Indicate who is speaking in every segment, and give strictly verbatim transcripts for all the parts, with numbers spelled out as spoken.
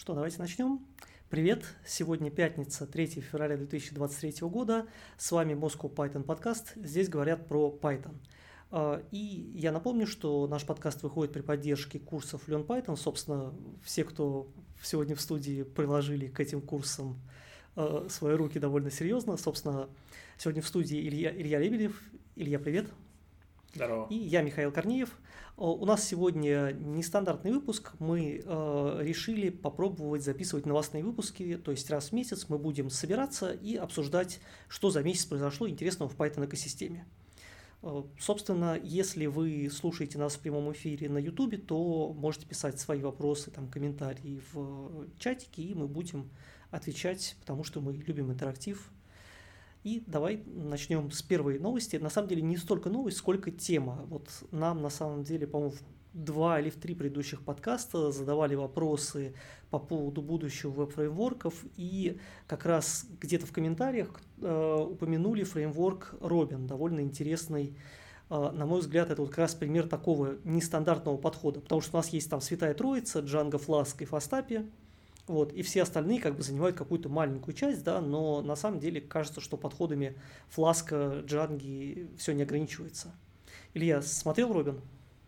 Speaker 1: Что, давайте начнем. Привет, сегодня пятница, третьего февраля две тысячи двадцать третьего года. С вами Moscow Python подкаст. Здесь говорят про Python. А, И я напомню, что наш подкаст выходит при поддержке курсов Learn Python. Собственно, все, кто сегодня в студии, приложили к этим курсам а, свои руки довольно серьезно. Собственно, сегодня в студии Илья, Илья Лебедев. Илья, привет.
Speaker 2: Здорово.
Speaker 1: И я, Михаил Корнеев. У нас сегодня нестандартный выпуск. Мы э, решили попробовать записывать новостные выпуски, то есть раз в месяц мы будем собираться и обсуждать, что за месяц произошло интересного в Python экосистеме. Э, собственно, если вы слушаете нас в прямом эфире на YouTube, то можете писать свои вопросы, там, комментарии в чатике, и мы будем отвечать, потому что мы любим интерактив. И давай начнем с первой новости. На самом деле не столько новость, сколько тема. Вот нам на самом деле, по-моему, в два или в три предыдущих подкаста задавали вопросы по поводу будущего веб-фреймворков, и как раз где-то в комментариях э, упомянули фреймворк Robin, довольно интересный. Э, на мой взгляд, это вот как раз пример такого нестандартного подхода, потому что у нас есть там Святая Троица, Django, Flask и Fastapy. Вот, и все остальные как бы занимают какую-то маленькую часть, да, но на самом деле кажется, что подходами Фласка, Джанги все не ограничивается. Илья, смотрел Робин?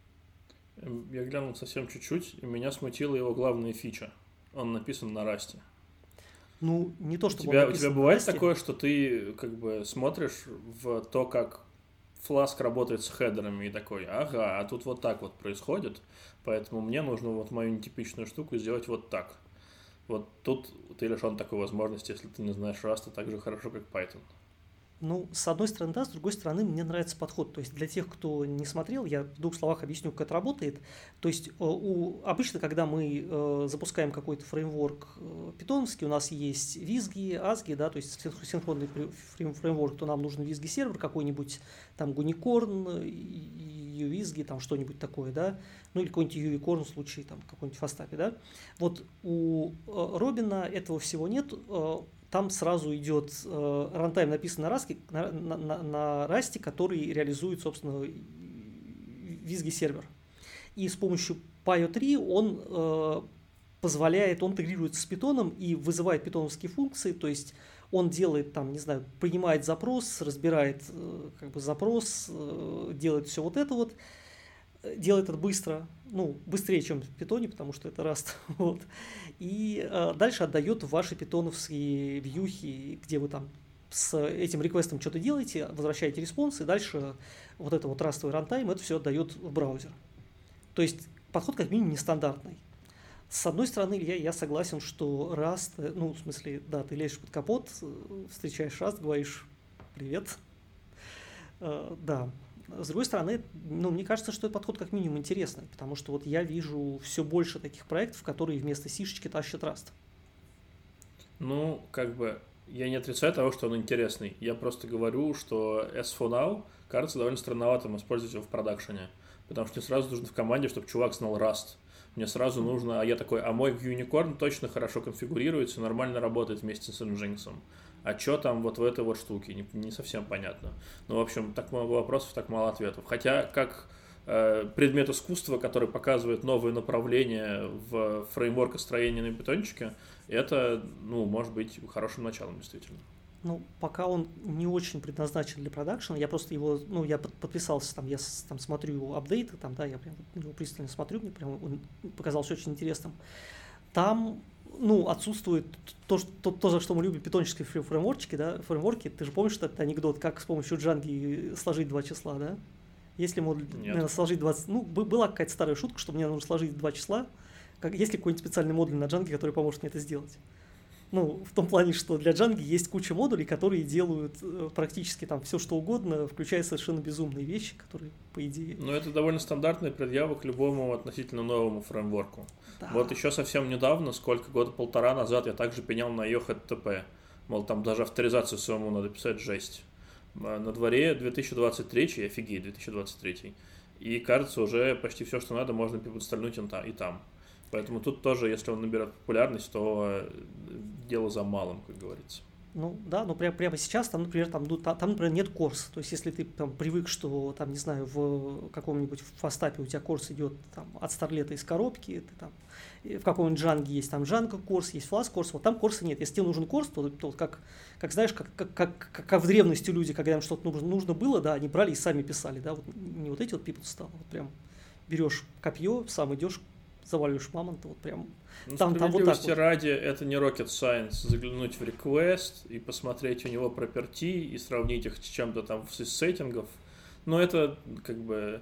Speaker 2: Я глянул совсем чуть-чуть, и меня смутила его главная фича. Он написан на расте.
Speaker 1: Ну, не то,
Speaker 2: У
Speaker 1: чтобы
Speaker 2: тебя,
Speaker 1: он
Speaker 2: у тебя
Speaker 1: написан
Speaker 2: бывает
Speaker 1: на Rust.
Speaker 2: такое, что ты как бы смотришь в то, как Flask работает с хедерами, и такой, ага, а тут вот так вот происходит, поэтому мне нужно вот мою нетипичную штуку сделать вот так. Вот тут ты лишен такой возможности, если ты не знаешь Rust так же хорошо, как Python.
Speaker 1: Ну, с одной стороны, да, с другой стороны, мне нравится подход. То есть для тех, кто не смотрел, я в двух словах объясню, как это работает. То есть у, обычно, когда мы э, запускаем какой-то фреймворк э, питоновский, у нас есть визги, азги, да, то есть синхронный фреймворк, то нам нужен визги-сервер какой-нибудь, там Гуникорн, ювизги, там что-нибудь такое, да, ну или какой-нибудь ювикорн в случае там какой-нибудь Фастапи, да. Вот у э, Робина этого всего нет. Э, Там сразу идет э, рантайм, написан на Rust, на, на, на, на Rust, который реализует, собственно, визги сервер. И с помощью пи о три он э, позволяет, он интегрируется с питоном и вызывает питоновские функции, то есть он делает там, не знаю, принимает запрос, разбирает э, как бы запрос, э, делает все вот это вот, делает это быстро, ну, быстрее, чем в питоне, потому что это Rust. Вот. И э, дальше отдает ваши питоновские вьюхи, где вы там с этим реквестом что-то делаете, возвращаете респонс, и дальше вот это вот растовый рантайм, это все отдает в браузер. То есть подход как минимум нестандартный. С одной стороны, я, я согласен, что Rust, ну, в смысле, да, ты лезешь под капот, встречаешь Rust, говоришь «Привет». Э, да. С другой стороны, ну, мне кажется, что этот подход как минимум интересный, потому что вот я вижу все больше таких проектов, которые вместо сишечки тащат Rust.
Speaker 2: Ну, как бы, я не отрицаю того, что он интересный. Я просто говорю, что эс фор now кажется довольно странноватым использовать его в продакшене. Потому что мне сразу нужно в команде, чтобы чувак знал Rust. Мне сразу нужно, а я такой, а мой Unicorn точно хорошо конфигурируется, нормально работает вместе с Nginx. А что там вот в этой вот штуке, не, не совсем понятно. Ну, в общем, так много вопросов, так мало ответов. Хотя, как э, предмет искусства, который показывает новые направления в фреймворкостроении на питончике, это, ну, может быть хорошим началом, действительно.
Speaker 1: Ну, пока он не очень предназначен для продакшена, я просто его, ну, я подписался, там, я там смотрю апдейты, там, да, я прям его пристально смотрю, мне прям он показался очень интересным. Там, ну, отсутствует то, что, то, то, за что мы любим питонческие фреймворки, да, фреймворки. Ты же помнишь этот анекдот, как с помощью Django сложить два числа, да? Если модуль, наверное, сложить двадцать, ну, была какая-то старая шутка, что мне нужно сложить два числа, как, есть ли какой-нибудь специальный модуль на Django, который поможет мне это сделать? Ну, в том плане, что для Django есть куча модулей, которые делают э, практически там все, что угодно, включая совершенно безумные вещи, которые, по идее...
Speaker 2: Ну, это довольно стандартная предъява к любому относительно новому фреймворку.
Speaker 1: Да.
Speaker 2: Вот еще совсем недавно, сколько, года полтора назад, я также пенял на ай о эйч ти ти пи. Мол, там даже авторизацию самому надо писать, жесть. На дворе две тысячи двадцать третий, офигеть, две тысячи двадцать третий. И, кажется, уже почти все, что надо, можно подстальнуть и там. Поэтому тут тоже, если он наберет популярность, то дело за малым, как говорится.
Speaker 1: Ну да, но прямо, прямо сейчас там, например, там, ну, там, там, например, нет корс. То есть, если ты там привык, что там, не знаю, в каком-нибудь фастапе у тебя корс идет там от старлета из коробки, ты там в каком-нибудь джанге есть там джанга корс, есть флас корс, вот там корса нет. Если тебе нужен корс, то, то вот как, как знаешь, как, как, как, как в древности люди, когда им что-то нужно, нужно было, да, они брали и сами писали, да, вот не вот эти вот people стало, вот прям берешь копье, сам идешь, заваливаешь мамонта, вот прям.
Speaker 2: Ну,
Speaker 1: Там, там вот так вот.
Speaker 2: ради, это не rocket science, заглянуть в request и посмотреть у него property и сравнить их с чем-то там из сеттингов. Но это как бы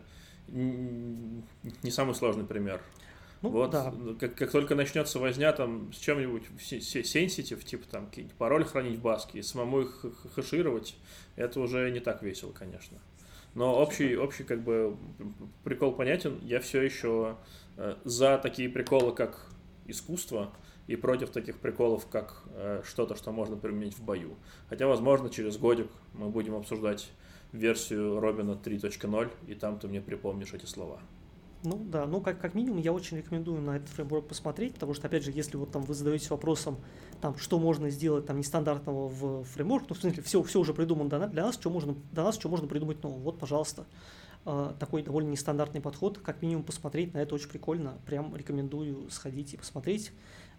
Speaker 2: не самый сложный пример. Ну, вот, да. как, как только начнется возня там с чем-нибудь sensitive, типа там какие-нибудь пароли хранить в баске и самому их хэшировать, это уже не так весело, конечно. Но общий, общий как бы прикол понятен. Я все еще э, за такие приколы, как искусство, и против таких приколов, как э, что-то, что можно применить в бою. Хотя, возможно, через годик мы будем обсуждать версию Робина три точка ноль, и там ты мне припомнишь эти слова.
Speaker 1: Ну да, ну как, как минимум я очень рекомендую на этот фреймворк посмотреть, потому что, опять же, если вот там вы задаетесь вопросом, там, что можно сделать там нестандартного в фреймворк, ну, в смысле, все, все уже придумано для нас, что можно, для нас, что можно придумать нового. Вот, пожалуйста, такой довольно нестандартный подход, как минимум посмотреть на это очень прикольно, прям рекомендую сходить и посмотреть,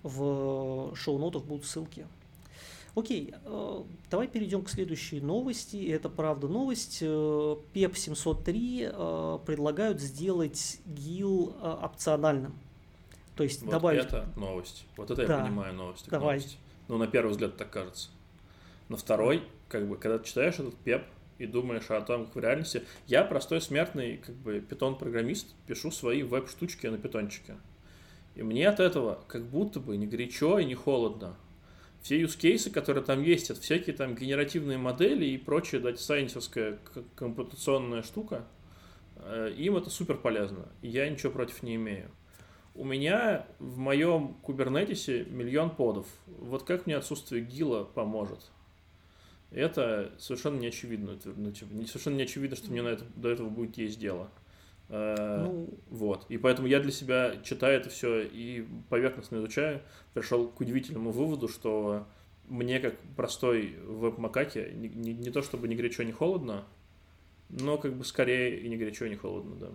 Speaker 1: в шоу-нотах будут ссылки. Окей, давай перейдем к следующей новости. Это правда новость. пеп семьсот три предлагают сделать гил опциональным. То есть
Speaker 2: вот
Speaker 1: добавить...
Speaker 2: это новость. Вот это
Speaker 1: да.
Speaker 2: я понимаю новость.
Speaker 1: Давай.
Speaker 2: Новость. Ну, на первый взгляд так кажется. На второй, как бы, когда ты читаешь этот пеп и думаешь о том, как в реальности... Я простой смертный, как бы, питон-программист, пишу свои веб-штучки на питончике. И мне от этого как будто бы не горячо и не холодно. Все юзкейсы, которые там есть, это всякие там генеративные модели и прочая дата-сайентистская компутационная штука, им это супер полезно, и я ничего против не имею. У меня в моем кубернетисе миллион подов. Вот как мне отсутствие гила поможет? Это совершенно не очевидно. Ну, типа, совершенно не очевидно, что мне на это, до этого будет есть дело. Ну, вот. И поэтому я для себя, читая это все и поверхностно изучаю, пришел к удивительному выводу, что мне, как простой веб-макаке, не, не, не то чтобы ни горячо, ни холодно, но как бы скорее и ни горячо, ни холодно, да.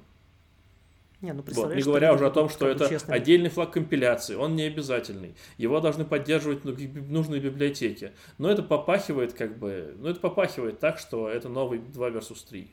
Speaker 1: Не, ну,
Speaker 2: вот. Не говоря уже о том, что это честно. Отдельный флаг компиляции, он не обязательный. Его должны поддерживать нужные библиотеки. Но это попахивает как бы, ну это попахивает так, что это новый два версус три.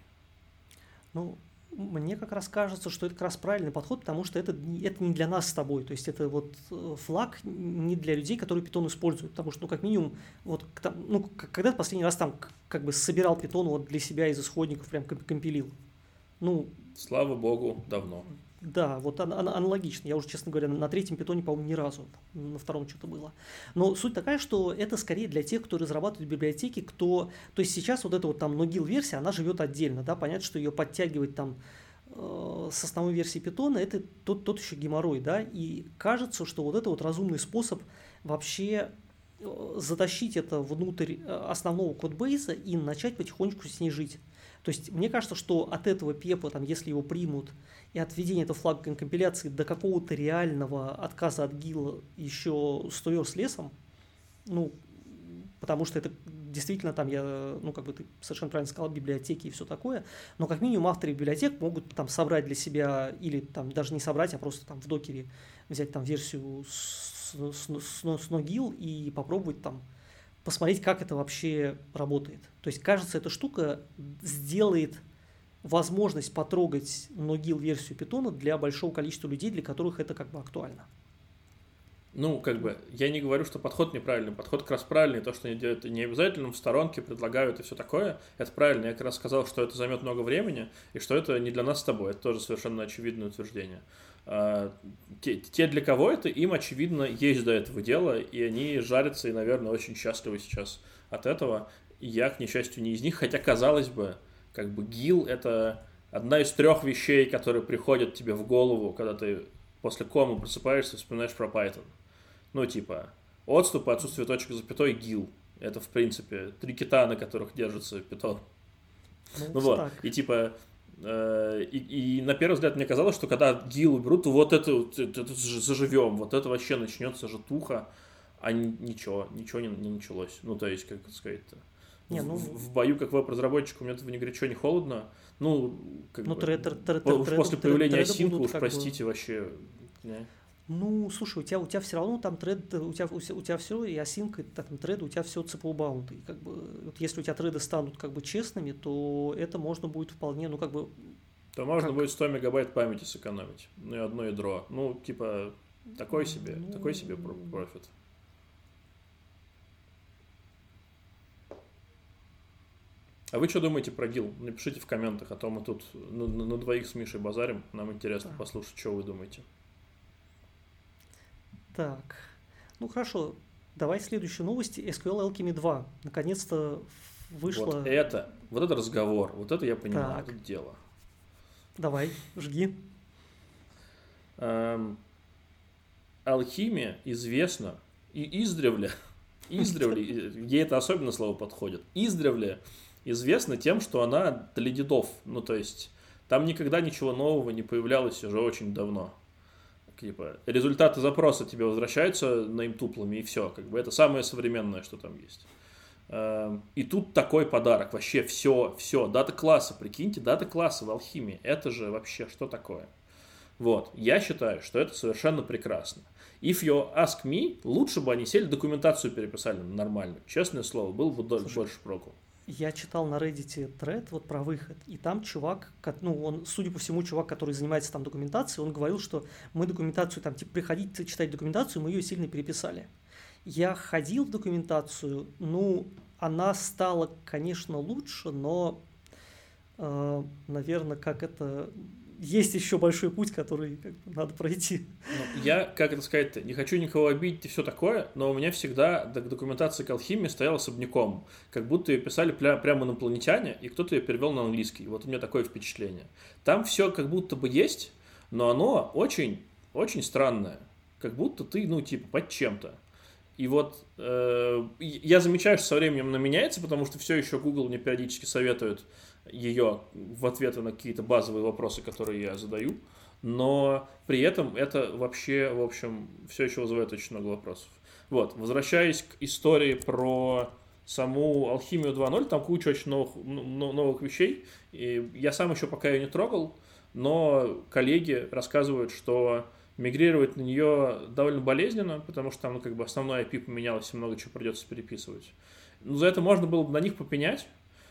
Speaker 1: Ну, мне как раз кажется, что это как раз правильный подход, потому что это, это не для нас с тобой. То есть это вот флаг не для людей, которые Python используют. Потому что, ну, как минимум, вот, ну, когда ты последний раз там как бы собирал Python вот для себя из исходников, прям компилил? Ну,
Speaker 2: слава богу, давно.
Speaker 1: Да, вот ан- ан- аналогично. Я уже, честно говоря, на третьем питоне, по-моему, ни разу. На втором что-то было. Но суть такая, что это скорее для тех, кто разрабатывает библиотеки, кто... То есть сейчас вот эта вот там Nogil-версия, она живет отдельно, да, понятно, что ее подтягивать там э, с основной версии питона, это тот, тот еще геморрой, да, и кажется, что вот это вот разумный способ вообще затащить это внутрь основного кодбейса и начать потихонечку с ней жить. То есть мне кажется, что от этого пепа, там, если его примут, и от введения этого флага компиляции до какого-то реального отказа от гила еще сто верст лесом, ну, потому что это действительно там, я, ну, как бы ты совершенно правильно сказал, библиотеки и все такое, но как минимум авторы библиотек могут там собрать для себя, или там даже не собрать, а просто там в докере взять там версию с, с, с, с Nogil и попробовать там посмотреть, как это вообще работает. То есть, кажется, эта штука сделает возможность потрогать Nogil-версию Python для большого количества людей, для которых это как бы актуально.
Speaker 2: Ну, как бы, я не говорю, что подход неправильный. Подход как раз правильный. То, что они делают не обязательно, в сторонке предлагают и все такое, это правильно. Я как раз сказал, что это займет много времени, и что это не для нас с тобой. Это тоже совершенно очевидное утверждение. А, те, те, для кого это, им, очевидно, есть до этого дела, и они жарятся и, наверное, очень счастливы сейчас от этого. И я, к несчастью, не из них, хотя, казалось бы, как бы гил — это одна из трех вещей, которые приходят тебе в голову, когда ты после кома просыпаешься и вспоминаешь про Python. Ну, типа, отступ, отсутствие точек за запятой, гил. Это, в принципе, три кита, на которых держится Python. Ну, ну вот, и типа, э, и, и на первый взгляд мне казалось, что когда гил уберут, то вот это, это, это заживем, вот это вообще начнется житуха. а ничего, ничего не, не началось. Ну, то есть, как сказать-то,
Speaker 1: не, ну...
Speaker 2: в, в бою как веб-разработчик у меня этого не горячо, не холодно. Ну, как
Speaker 1: ну,
Speaker 2: бы,
Speaker 1: тред, тред, тред,
Speaker 2: после
Speaker 1: тред,
Speaker 2: появления
Speaker 1: тред,
Speaker 2: асинка, уж простите,
Speaker 1: бы...
Speaker 2: вообще... Не.
Speaker 1: Ну, слушай, у тебя, у тебя все равно там тред, у тебя, у тебя, у тебя все, и асинка, и там треды, у тебя все си пи ю-bound. И как бы, вот если у тебя треды станут как бы честными, то это можно будет вполне, ну, как бы...
Speaker 2: То можно
Speaker 1: как...
Speaker 2: будет сто мегабайт памяти сэкономить. Ну, и одно ядро. Ну, типа, такой себе, ну... такой себе профит. А вы что думаете про Гил? Напишите в комментах, а то мы тут на, на, на двоих с Мишей базарим. Нам интересно да. послушать, что вы думаете.
Speaker 1: Так, ну хорошо, давай следующие новости. эс кью эл Alchemy два. Наконец-то вышло...
Speaker 2: Вот это, вот это разговор, вот это я понимаю, так. это дело.
Speaker 1: Давай, жги.
Speaker 2: Эм, алхимия известна и издревле, издревле, ей это особенно слово подходит, издревле известна тем, что она для дедов. Ну, то есть, там никогда ничего нового не появлялось уже очень давно. Типа, результаты запроса тебе возвращаются наимтуплами, и все. Как бы это самое современное, что там есть. И тут такой подарок. Вообще все, все. Дата класса, прикиньте, дата класса в алхимии. Это же вообще что такое? Вот. Я считаю, что это совершенно прекрасно. If you ask me, лучше бы они сели, документацию переписали нормально. Честное слово, был бы Слушай, больше проку.
Speaker 1: Я читал на Reddit тред вот про выход, и там чувак, ну, он, судя по всему, чувак, который занимается там документацией, он говорил, что мы документацию, там, типа, приходите читать документацию, мы ее сильно переписали. Я ходил в документацию, ну, она стала, конечно, лучше, но, э, наверное, как это... Есть еще большой путь, который как бы, надо пройти.
Speaker 2: Ну, я, как это сказать-то, не хочу никого обидеть и все такое, но у меня всегда документация к алхимии стояла особняком. Как будто ее писали пря- прямо инопланетяне, и кто-то ее перевел на английский. Вот у меня такое впечатление. Там все как будто бы есть, но оно очень, очень странное. Как будто ты, ну, типа, под чем-то. И вот э, я замечаю, что со временем она меняется, потому что все еще Google мне периодически советует ее в ответы на какие-то базовые вопросы, которые я задаю, но при этом это вообще, в общем, все еще вызывает очень много вопросов. Вот, возвращаясь к истории про саму алхимию два ноль, там куча очень новых, новых вещей, и я сам еще пока ее не трогал, но коллеги рассказывают, что мигрировать на нее довольно болезненно, потому что там, ну, как бы основной ай пи поменялось, и много чего придется переписывать. Ну, за это можно было бы на них попенять,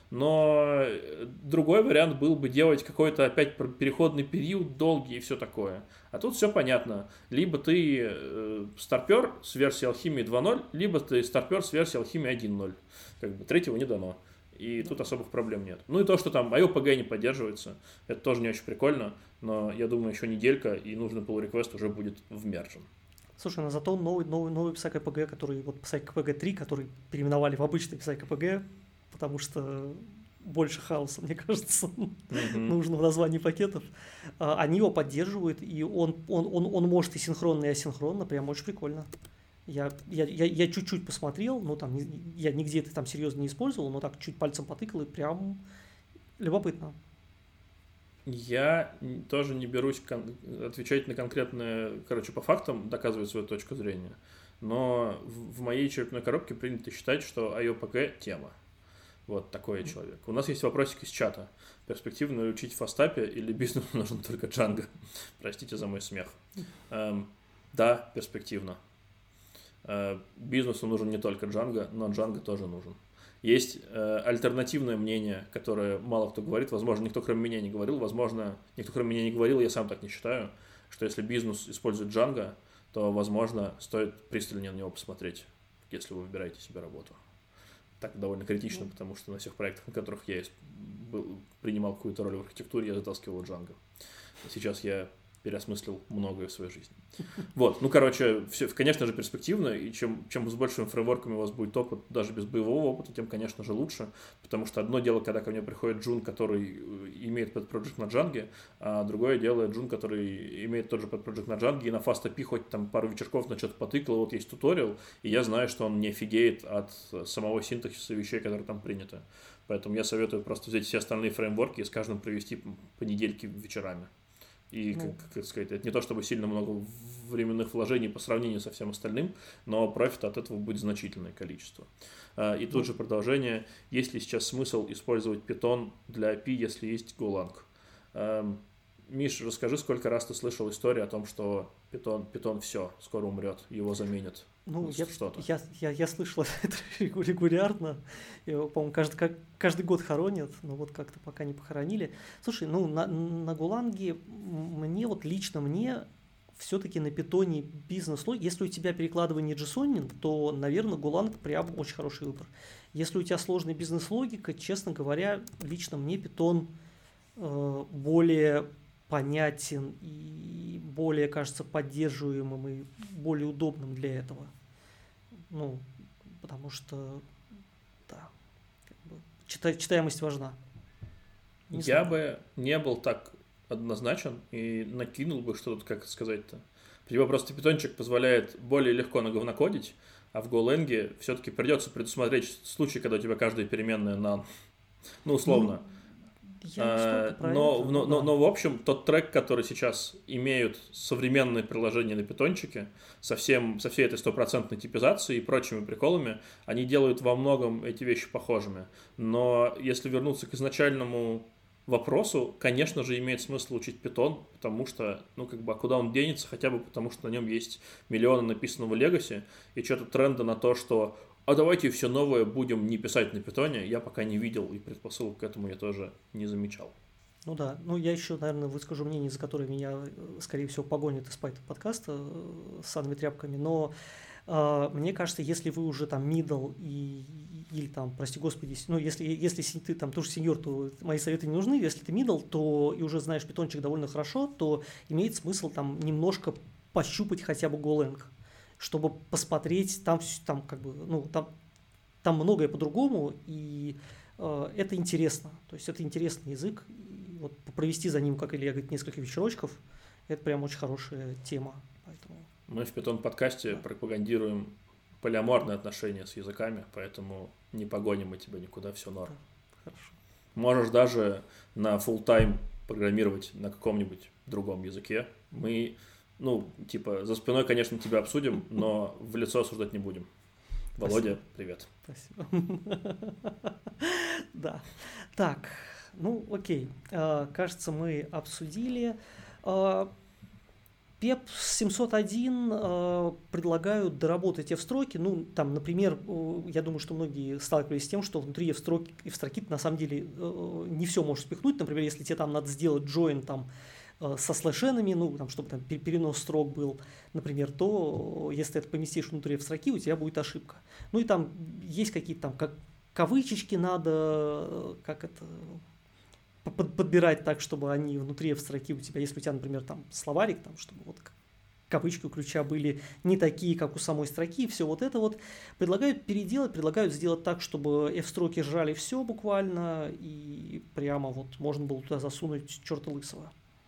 Speaker 2: но другой вариант был бы делать какой-то опять переходный период долгий и все такое. А тут все понятно. Либо ты э, старпер с версией алхимии два ноль, либо ты старпер с версией алхимии один ноль. Как бы третьего не дано. И тут особых проблем нет. Ну и то, что там ай о пи джи не поддерживается, это тоже не очень прикольно, но я думаю, еще неделька, и нужный pull request уже будет вмержен.
Speaker 1: Слушай, но зато новый, новый, новый PsychoPG, который, вот PsychoPG три, который переименовали в обычный PsychoPG, потому что больше хаоса, мне кажется, mm-hmm. нужно в названии пакетов. А, они его поддерживают, и он, он, он, он может и синхронно, и асинхронно, прям очень прикольно. Я, я, я, я чуть-чуть посмотрел, ну там я нигде это там серьезно не использовал, но так чуть пальцем потыкал, и прям любопытно.
Speaker 2: Я тоже не берусь кон- отвечать на конкретные, короче, по фактам, доказывать свою точку зрения, но в, в моей черепной коробке принято считать, что ай о пи джи тема. Вот такой я человек. У нас есть вопросик из чата. Перспективно учить в фастапе или бизнесу нужен только Django? Простите за мой смех. Эм, да, перспективно. Э, бизнесу нужен не только Django, но Django тоже нужен. Есть э, альтернативное мнение, которое мало кто говорит, возможно, никто кроме меня не говорил, возможно, никто кроме меня не говорил, я сам так не считаю, что если бизнес использует Django, то, возможно, стоит пристальнее на него посмотреть, если вы выбираете себе работу. Так довольно критично, потому что на всех проектах, на которых я был, принимал какую-то роль в архитектуре, я затаскивал Django. Сейчас я переосмыслил многое в своей жизни. Вот, ну, короче, все, конечно же, перспективно, и чем, чем с большими фреймворками у вас будет опыт, даже без боевого опыта, тем, конечно же, лучше, потому что одно дело, когда ко мне приходит джун, который имеет подпроект на Django, а другое дело джун, который имеет тот же подпроект на Django, и на FastAPI хоть там пару вечерков на что-то потыкал, вот есть туториал, и я знаю, что он не офигеет от самого синтаксиса вещей, которые там приняты. Поэтому я советую просто взять все остальные фреймворки и с каждым провести по недельке вечерами. И,
Speaker 1: Ну,
Speaker 2: как, как сказать, это не то чтобы сильно много временных вложений по сравнению со всем остальным, но профита от этого будет значительное количество. А, И тут
Speaker 1: ну,
Speaker 2: же продолжение. Есть ли сейчас смысл использовать Python для эй пи, если есть Golang? Эм, Миш, расскажи, сколько раз ты слышал историю о том, что Python, Python все, скоро умрет, его заменят
Speaker 1: ну,
Speaker 2: в
Speaker 1: я,
Speaker 2: что-то.
Speaker 1: я, я, я слышал это регу- регулярно. Его, по-моему, каждый, как- каждый год хоронят, но вот как-то пока не похоронили. Слушай, ну, на, на Гуланге м- мне, вот лично мне, все-таки на питоне бизнес-логика, если у тебя перекладывание JSON, то, наверное, Golang прям очень хороший выбор. Если у тебя сложная бизнес-логика, честно говоря, лично мне Python э, более понятен и более, кажется, поддерживаемым и более удобным для этого. Ну, потому что, да, как бы чита- читаемость важна. Не
Speaker 2: Я
Speaker 1: знаю.
Speaker 2: бы не был так однозначен и накинул бы, что тут, как сказать-то. Типа просто питончик позволяет более легко наговнокодить, а в Golang все-таки придется предусмотреть случай, когда у тебя каждая переменная none. Ну,
Speaker 1: Ну,
Speaker 2: условно.
Speaker 1: я не столько
Speaker 2: А,
Speaker 1: про
Speaker 2: Но,
Speaker 1: это,
Speaker 2: но,
Speaker 1: ну
Speaker 2: но,
Speaker 1: да.
Speaker 2: но, в общем, тот трек, который сейчас имеют современные приложения на питончике, со, всем, со всей этой стопроцентной типизацией и прочими приколами, они делают во многом эти вещи похожими. Но если вернуться к изначальному вопросу, конечно же, имеет смысл учить Python, потому что, ну, как бы, а куда он денется, хотя бы потому, что на нем есть миллионы написанного Legacy, и что-то тренда на то, что а давайте все новое будем не писать на питоне, я пока не видел, и предпосылок к этому я тоже не замечал.
Speaker 1: Ну да, ну я еще, наверное, выскажу мнение, за которое меня, э, скорее всего, погонят из Python подкаста э, с санными тряпками, но э, мне кажется, если вы уже там middle и, или там, прости господи, с- ну если, если си- ты там тоже сеньор, то мои советы не нужны, если ты middle, то и уже знаешь питончик довольно хорошо, то имеет смысл там немножко пощупать хотя бы Golang, чтобы посмотреть, там, вс- там как бы, ну там, там многое по-другому, и э, это интересно. То есть это интересный язык. И вот провести за ним, как Илья говорит, несколько вечерочков, это прям очень хорошая тема. Поэтому,
Speaker 2: Мы в Python подкасте
Speaker 1: да,
Speaker 2: пропагандируем полиаморные отношения с языками, поэтому не погоним мы тебя никуда, все норм.
Speaker 1: да, хорошо.
Speaker 2: Можешь даже на full time программировать на каком-нибудь другом языке. Мы, ну, типа, за спиной, конечно, тебя обсудим, но в лицо осуждать не будем. Володя, привет.
Speaker 1: Спасибо. Да. Так, ну окей. А, Кажется, мы обсудили. А, пеп семьсот один э, предлагают доработать F-строки. Ну, там, например, э, я думаю, что многие сталкивались с тем, что внутри F-строки, F-строки ты на самом деле э, не все можешь спихнуть. Например, если тебе там надо сделать join там, э, со слэшенами, ну, там, чтобы там пе- перенос строк был, например, то э, если ты это поместишь внутри F-строки, у тебя будет ошибка. Ну и там есть какие-то там как кавычечки надо, э, как это под- подбирать так, чтобы они внутри строки у тебя, если у тебя, например, там словарик, там, чтобы вот к- кавычки у ключа были не такие, как у самой строки, все вот это вот предлагают переделать, предлагают сделать так, чтобы F-строки жрали все буквально, и прямо вот можно было туда засунуть черта лысого.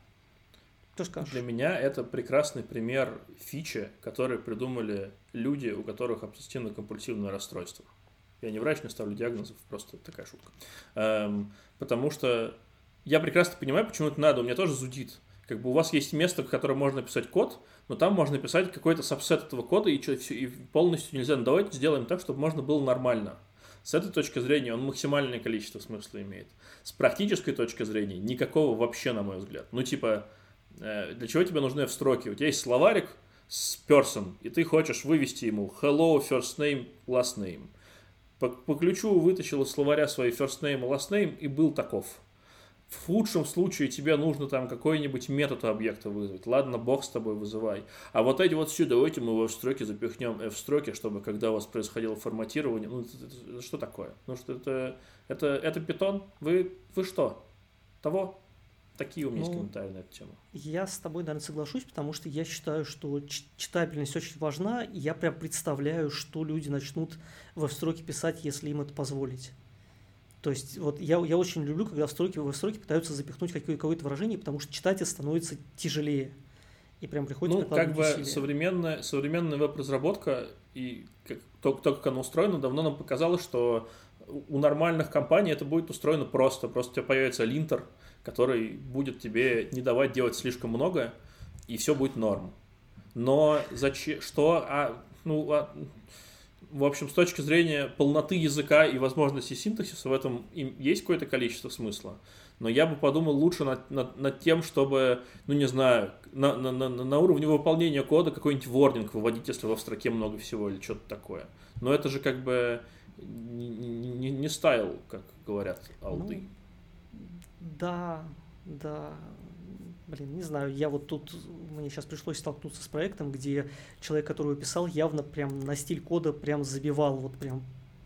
Speaker 1: Что скажешь?
Speaker 2: Для меня это прекрасный пример фичи, которые придумали люди, у которых обсессивно-компульсивное расстройство. Я не врач, не ставлю диагнозов, просто такая шутка. Эм, потому что я прекрасно понимаю, почему это надо, у меня тоже зудит. Как бы у вас есть место, в котором можно писать код, но там можно писать какой-то сабсет этого кода, и, чё, всё- и полностью нельзя. Ну, давайте сделаем так, чтобы можно было нормально. С этой точки зрения он максимальное количество смысла имеет. С практической точки зрения никакого вообще, на мой взгляд. Ну, типа, э, для чего тебе нужны в-строки? У тебя есть словарик с person, и ты хочешь вывести ему hello, first name, last name. По, по ключу вытащил из словаря свои first name и last name и был таков. В худшем случае тебе нужно там какой-нибудь метод у объекта вызвать. Ладно, бог с тобой, вызывай. А вот эти вот все, давайте мы в F-строки запихнем F-строки, чтобы когда у вас происходило форматирование, ну это, это- это что такое? Ну что это, это, это Python? Вы, вы что? Того? Такие у меня есть
Speaker 1: Ну,
Speaker 2: комментарии на эту тему.
Speaker 1: Я с тобой, наверное, соглашусь, потому что я считаю, что ч- читабельность очень важна, и я прям представляю, что люди начнут в F-строке писать, если им это позволить. То есть вот я, я очень люблю, когда в строке, в строке пытаются запихнуть какое- какое-то выражение, потому что читать это становится тяжелее. И прям приходится
Speaker 2: Ну, как
Speaker 1: прикладывать
Speaker 2: бы
Speaker 1: усилия.
Speaker 2: современная, современная веб-разработка и как, то, то, как она устроена, давно нам показало, что у нормальных компаний это будет устроено просто. Просто у тебя появится линтер, который будет тебе не давать делать слишком много, и все будет норм. Но зачем, что, а, ну, а, в общем, с точки зрения полноты языка и возможности синтаксиса в этом им есть какое-то количество смысла. Но я бы подумал лучше над, над, над тем, чтобы, ну не знаю, на, на, на, на уровне выполнения кода какой-нибудь ворнинг выводить, если во в строке много всего или что-то такое. Но это же как бы не, не, не стайл, как говорят алды.
Speaker 1: Ну, да, да. Блин, не знаю, я вот тут, мне сейчас пришлось столкнуться с проектом, где человек, который его писал, явно прям на стиль кода прям забивал, вот прям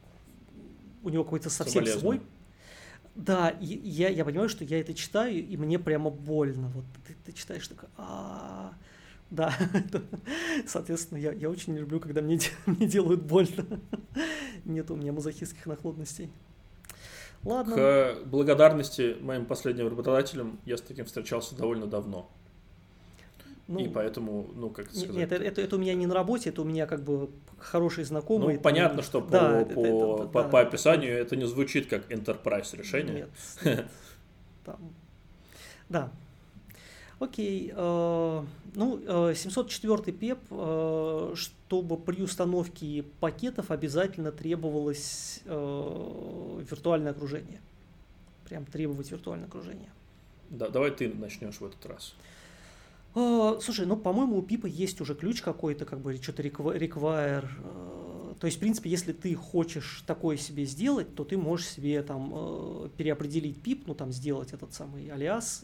Speaker 1: у него какой-то совсем свой. Да, и я, я понимаю, что я это читаю, и мне прямо больно. Вот ты, ты читаешь, такой, а да, соответственно, я, я очень не люблю, когда мне, мне делают больно. Нет у меня мазохистских наклонностей. Ладно.
Speaker 2: К благодарности моим последним работодателям я с таким встречался довольно давно. Ну, и поэтому, ну, как сказать...
Speaker 1: Нет, это, это, это у меня не на работе, это у меня как бы хорошие знакомые.
Speaker 2: Ну, понятно, там... что
Speaker 1: да,
Speaker 2: по, по,
Speaker 1: это, это,
Speaker 2: по,
Speaker 1: да,
Speaker 2: по описанию это... это не звучит как enterprise решение.
Speaker 1: Нет, нет. Там. Да. Окей. Э, ну, семьсот четвёртый пеп, э, чтобы при установке пакетов обязательно требовалось э, виртуальное окружение. Прям требовать виртуальное окружение.
Speaker 2: Да, давай ты начнешь в этот раз.
Speaker 1: Uh, слушай, ну, по-моему, у пипа есть уже ключ какой-то, как бы, что-то require. Uh, то есть, в принципе, если ты хочешь такое себе сделать, то ты можешь себе там uh, переопределить пип, ну, там, сделать этот самый алиас,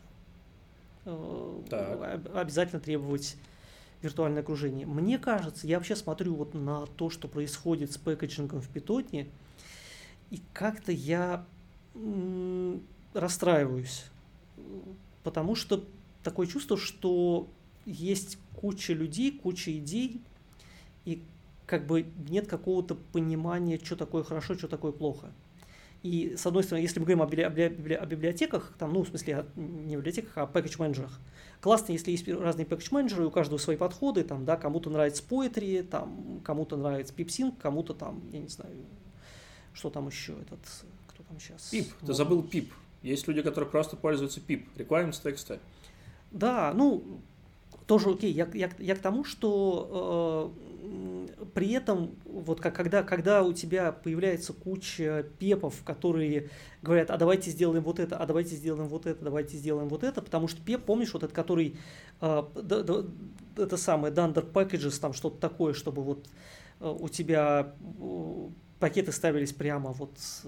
Speaker 1: и, uh, обязательно требовать виртуальное окружение. Мне кажется, я вообще смотрю вот на то, что происходит с пэкэджингом в питоне, и как-то я м- расстраиваюсь, потому что такое чувство, что есть куча людей, куча идей, и как бы нет какого-то понимания, что такое хорошо, что такое плохо. И, с одной стороны, если мы говорим о, библи- библи- о библиотеках, там, ну, в смысле, не о библиотеках, а о пэкэдж-менеджерах, классно, если есть разные пэкэдж-менеджеры, у каждого свои подходы, там, да, кому-то нравится Poetry, там, кому-то нравится PipSync, кому-то там, я не знаю, что там еще, этот, кто там сейчас?
Speaker 2: Pip, вот. Ты забыл Pip. Есть люди, которые просто пользуются Pip, requirements текста.
Speaker 1: Да, ну, тоже окей. Я, я, я к тому, что э, при этом, вот как, когда, когда у тебя появляется куча пепов, которые говорят, а давайте сделаем вот это, а давайте сделаем вот это, давайте сделаем вот это, потому что пеп, помнишь, вот этот, который, э, да, да, это самое, Dunder Packages, там что-то такое, чтобы вот э, у тебя э, пакеты ставились прямо вот э,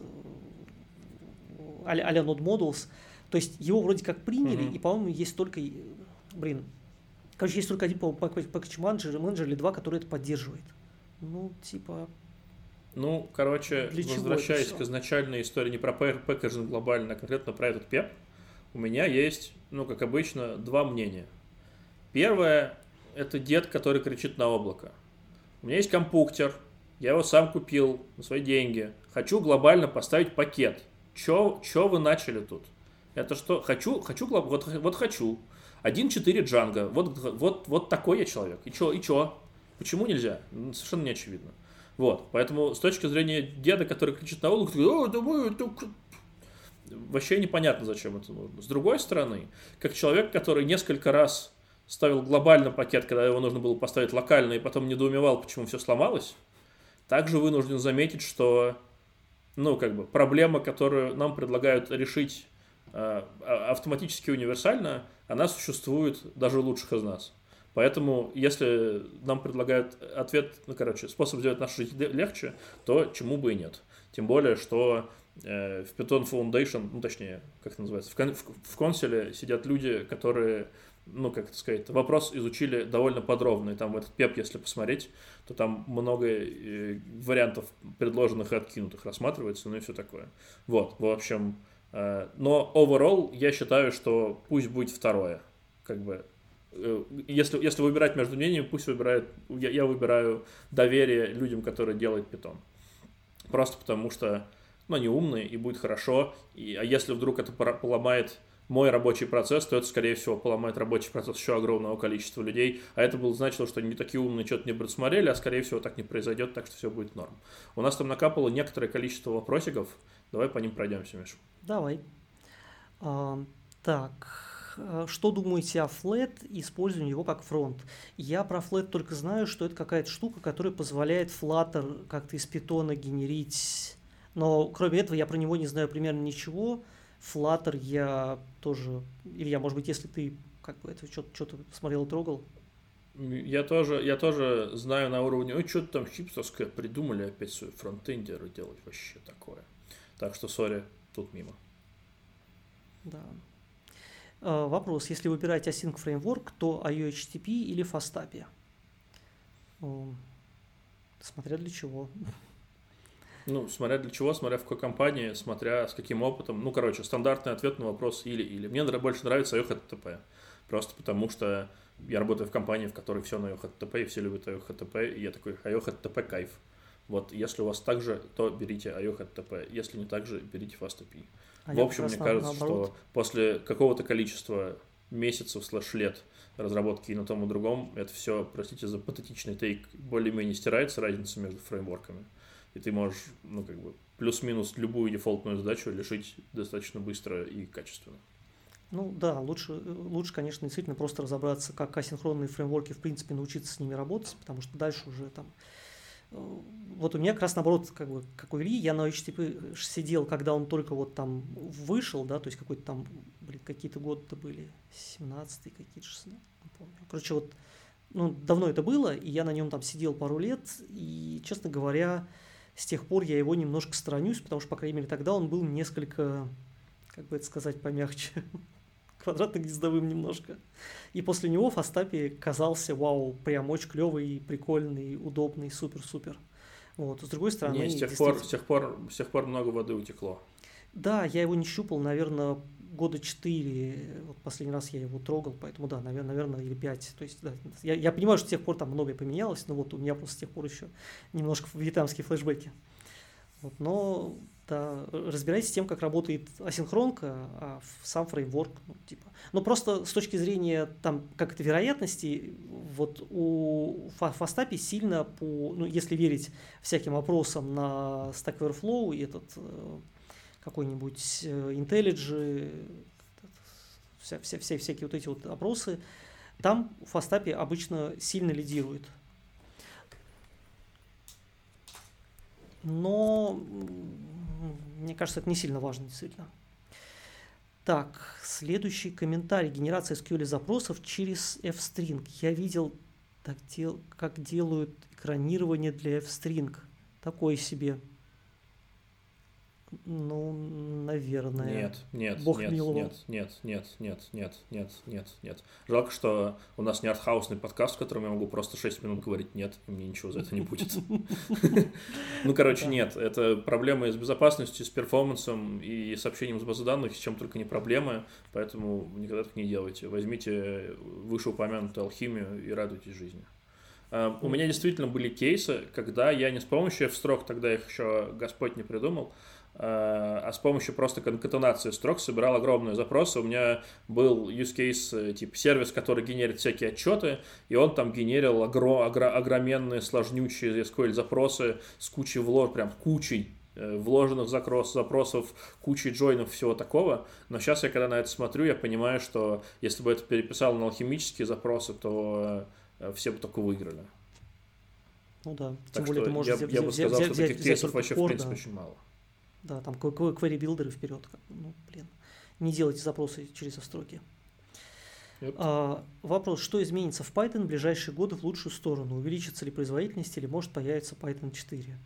Speaker 1: а-ля Node Modules. То есть его вроде как приняли, mm-hmm. и, по-моему, есть только, блин, короче, есть только один, по-моему, пакетч-менеджер, менеджер или два, который это поддерживает. Ну, типа...
Speaker 2: Ну, короче, возвращаясь к изначальной истории не про пэкэджинг глобально, а конкретно про этот пеп, у меня есть, ну, как обычно, два мнения. Первое – это дед, который кричит на облако. У меня есть компуктер, я его сам купил на свои деньги. Хочу глобально поставить пакет. Чё, чё вы начали тут? Это что? Хочу, хочу, вот, вот хочу. один точка четыре Django. Вот, вот, вот такой я человек. И чё, и чё? Почему нельзя? Совершенно не очевидно. Вот. Поэтому с точки зрения деда, который кричит на улицу, о, давай, это... вообще непонятно, зачем это нужно. С другой стороны, как человек, который несколько раз ставил глобально пакет, когда его нужно было поставить локально, и потом недоумевал, почему все сломалось, также вынужден заметить, что, ну, как бы, проблема, которую нам предлагают решить автоматически универсально, она существует даже у лучших из нас. Поэтому, если нам предлагают ответ, ну, короче, способ сделать нашу жизнь легче, то чему бы и нет. Тем более, что э, в Python Foundation, ну, точнее, как это называется, в, кон- в консоле сидят люди, которые, ну, как это сказать, вопрос изучили довольно подробно. И там в этот пеп, если посмотреть, то там много э, вариантов предложенных и откинутых рассматривается, ну и все такое. Вот, в общем... Но overall я считаю, что пусть будет второе. Как бы, если, если выбирать между мнениями, пусть выбирает. Я, я выбираю доверие людям, которые делают Python. Просто потому что, ну, они умные и будет хорошо. И, а если вдруг это поломает мой рабочий процесс, то это, скорее всего, поломает рабочий процесс еще огромного количества людей, а это было значило, что они не такие умные, что-то не предусмотрели, а, скорее всего, так не произойдет, так что все будет норм. У нас там накапало некоторое количество вопросиков, давай по ним пройдемся, Миш.
Speaker 1: Давай. А, так, что думаете о Flat и использовании его как фронт? Я про Flat только знаю, что это какая-то штука, которая позволяет Flutter как-то из Python генерить, но кроме этого я про него не знаю примерно ничего. Flutter я тоже, Илья, может быть, если ты как бы это что-то, что-то смотрел и трогал?
Speaker 2: Я тоже, я тоже знаю на уровне, ой, что-то там хипстерское придумали опять свои фронтендеры делать, вообще такое. Так что, сори, тут мимо.
Speaker 1: Да. А, вопрос, если выбирать Async Framework, то ай о эйч ти пи или Fastapi? Смотря для чего.
Speaker 2: Ну, смотря для чего, смотря в какой компании, смотря с каким опытом. Ну, короче, стандартный ответ на вопрос или-или. Мне больше нравится ай о эйч ти пи, просто потому что я работаю в компании, в которой все на ай о эйч ти пи, и все любят ай о эйч ти пи, и я такой, ай о эйч ти пи кайф. Вот, если у вас так же, то берите ай о эйч ти пи, если не так же, берите Fastapi. А в общем, мне кажется, наоборот. Что после какого-то количества месяцев слэш-лет разработки и на том и другом, это все, простите за патетичный тейк, более-менее стирается разница между фреймворками. И ты можешь, ну, как бы, плюс-минус любую дефолтную задачу решить достаточно быстро и качественно.
Speaker 1: Ну да, лучше, лучше, конечно, действительно просто разобраться, как асинхронные фреймворки, в принципе, научиться с ними работать, потому что дальше уже там... Вот у меня как раз наоборот, как бы, как у Ильи, я на эйч ти пи сидел, когда он только вот там вышел, да, то есть какой-то там, блин, какие-то годы были, семнадцатый, какие-то шестнадцатый, не помню. Короче, вот, ну, давно это было, и я на нем там сидел пару лет, и, честно говоря, с тех пор я его немножко сторонюсь, потому что, по крайней мере, тогда он был несколько, как бы это сказать помягче, квадратно-гнездовым немножко. И после него Fastapi казался, вау, прям очень клевый, прикольный, удобный, супер-супер. Вот. С другой стороны...
Speaker 2: Не, с тех, пор, с, тех пор, с тех пор много воды утекло.
Speaker 1: Да, я его не щупал, наверное, года четыре. Вот последний раз я его трогал, поэтому да, наверное, наверное или пять. То есть, да, я, я понимаю, что с тех пор там многое поменялось, но вот у меня просто с тех пор еще немножко вьетнамские флешбеки. Вот, но да, разбирайтесь с тем, как работает асинхронка, а сам фреймворк, ну, типа. Но просто с точки зрения там как-то вероятности, вот у Fastapi сильно по, ну, если верить всяким опросам на Stack Overflow и этот какой-нибудь IntelliJ, вся, вся, вся, всякие вот эти вот опросы, там Fastapi обычно сильно лидирует. Но мне кажется, это не сильно важно, действительно. Так, следующий комментарий. Генерация эс кью эль-запросов через F-string. Я видел, так дел, как делают экранирование для F-string. Такое себе. Ну, наверное.
Speaker 2: Нет, нет,
Speaker 1: Бог
Speaker 2: нет,
Speaker 1: миловал.
Speaker 2: нет, нет, нет, нет, нет, нет, нет, нет. Жалко, что у нас не артхаусный подкаст, в котором я могу просто шесть минут говорить нет, и мне ничего за это не будет. Ну, короче, нет, это проблемы с безопасностью, с перформансом и с общением с базой данных, с чем только не проблемы, поэтому никогда так не делайте. Возьмите вышеупомянутую алхимию и радуйтесь жизни. У меня действительно были кейсы, когда я не с помощью F-строк, тогда их еще Господь не придумал, а с помощью просто конкатенации строк собирал огромные запросы. У меня был use case, типа сервис, который генерит всякие отчеты, и он там генерил огро- огро- огроменные сложнючие эс ку эль-запросы с кучей влож, прям кучей вложенных запрос, запросов, кучей джойнов, всего такого. Но сейчас я, когда на это смотрю, я понимаю, что если бы это переписал на алхимические запросы, то все бы только выиграли.
Speaker 1: Ну да,
Speaker 2: так
Speaker 1: тем более ты можешь
Speaker 2: я,
Speaker 1: взять,
Speaker 2: я бы сказал,
Speaker 1: взять,
Speaker 2: что таких
Speaker 1: взять,
Speaker 2: кейсов
Speaker 1: взять
Speaker 2: вообще,
Speaker 1: core,
Speaker 2: в принципе,
Speaker 1: да.
Speaker 2: очень мало.
Speaker 1: Да, там query-билдеры вперед. Ну, блин. Не делайте запросы через строки. Yep. А, вопрос, что изменится в Python в ближайшие годы в лучшую сторону? Увеличится ли производительность или может появиться Python четыре?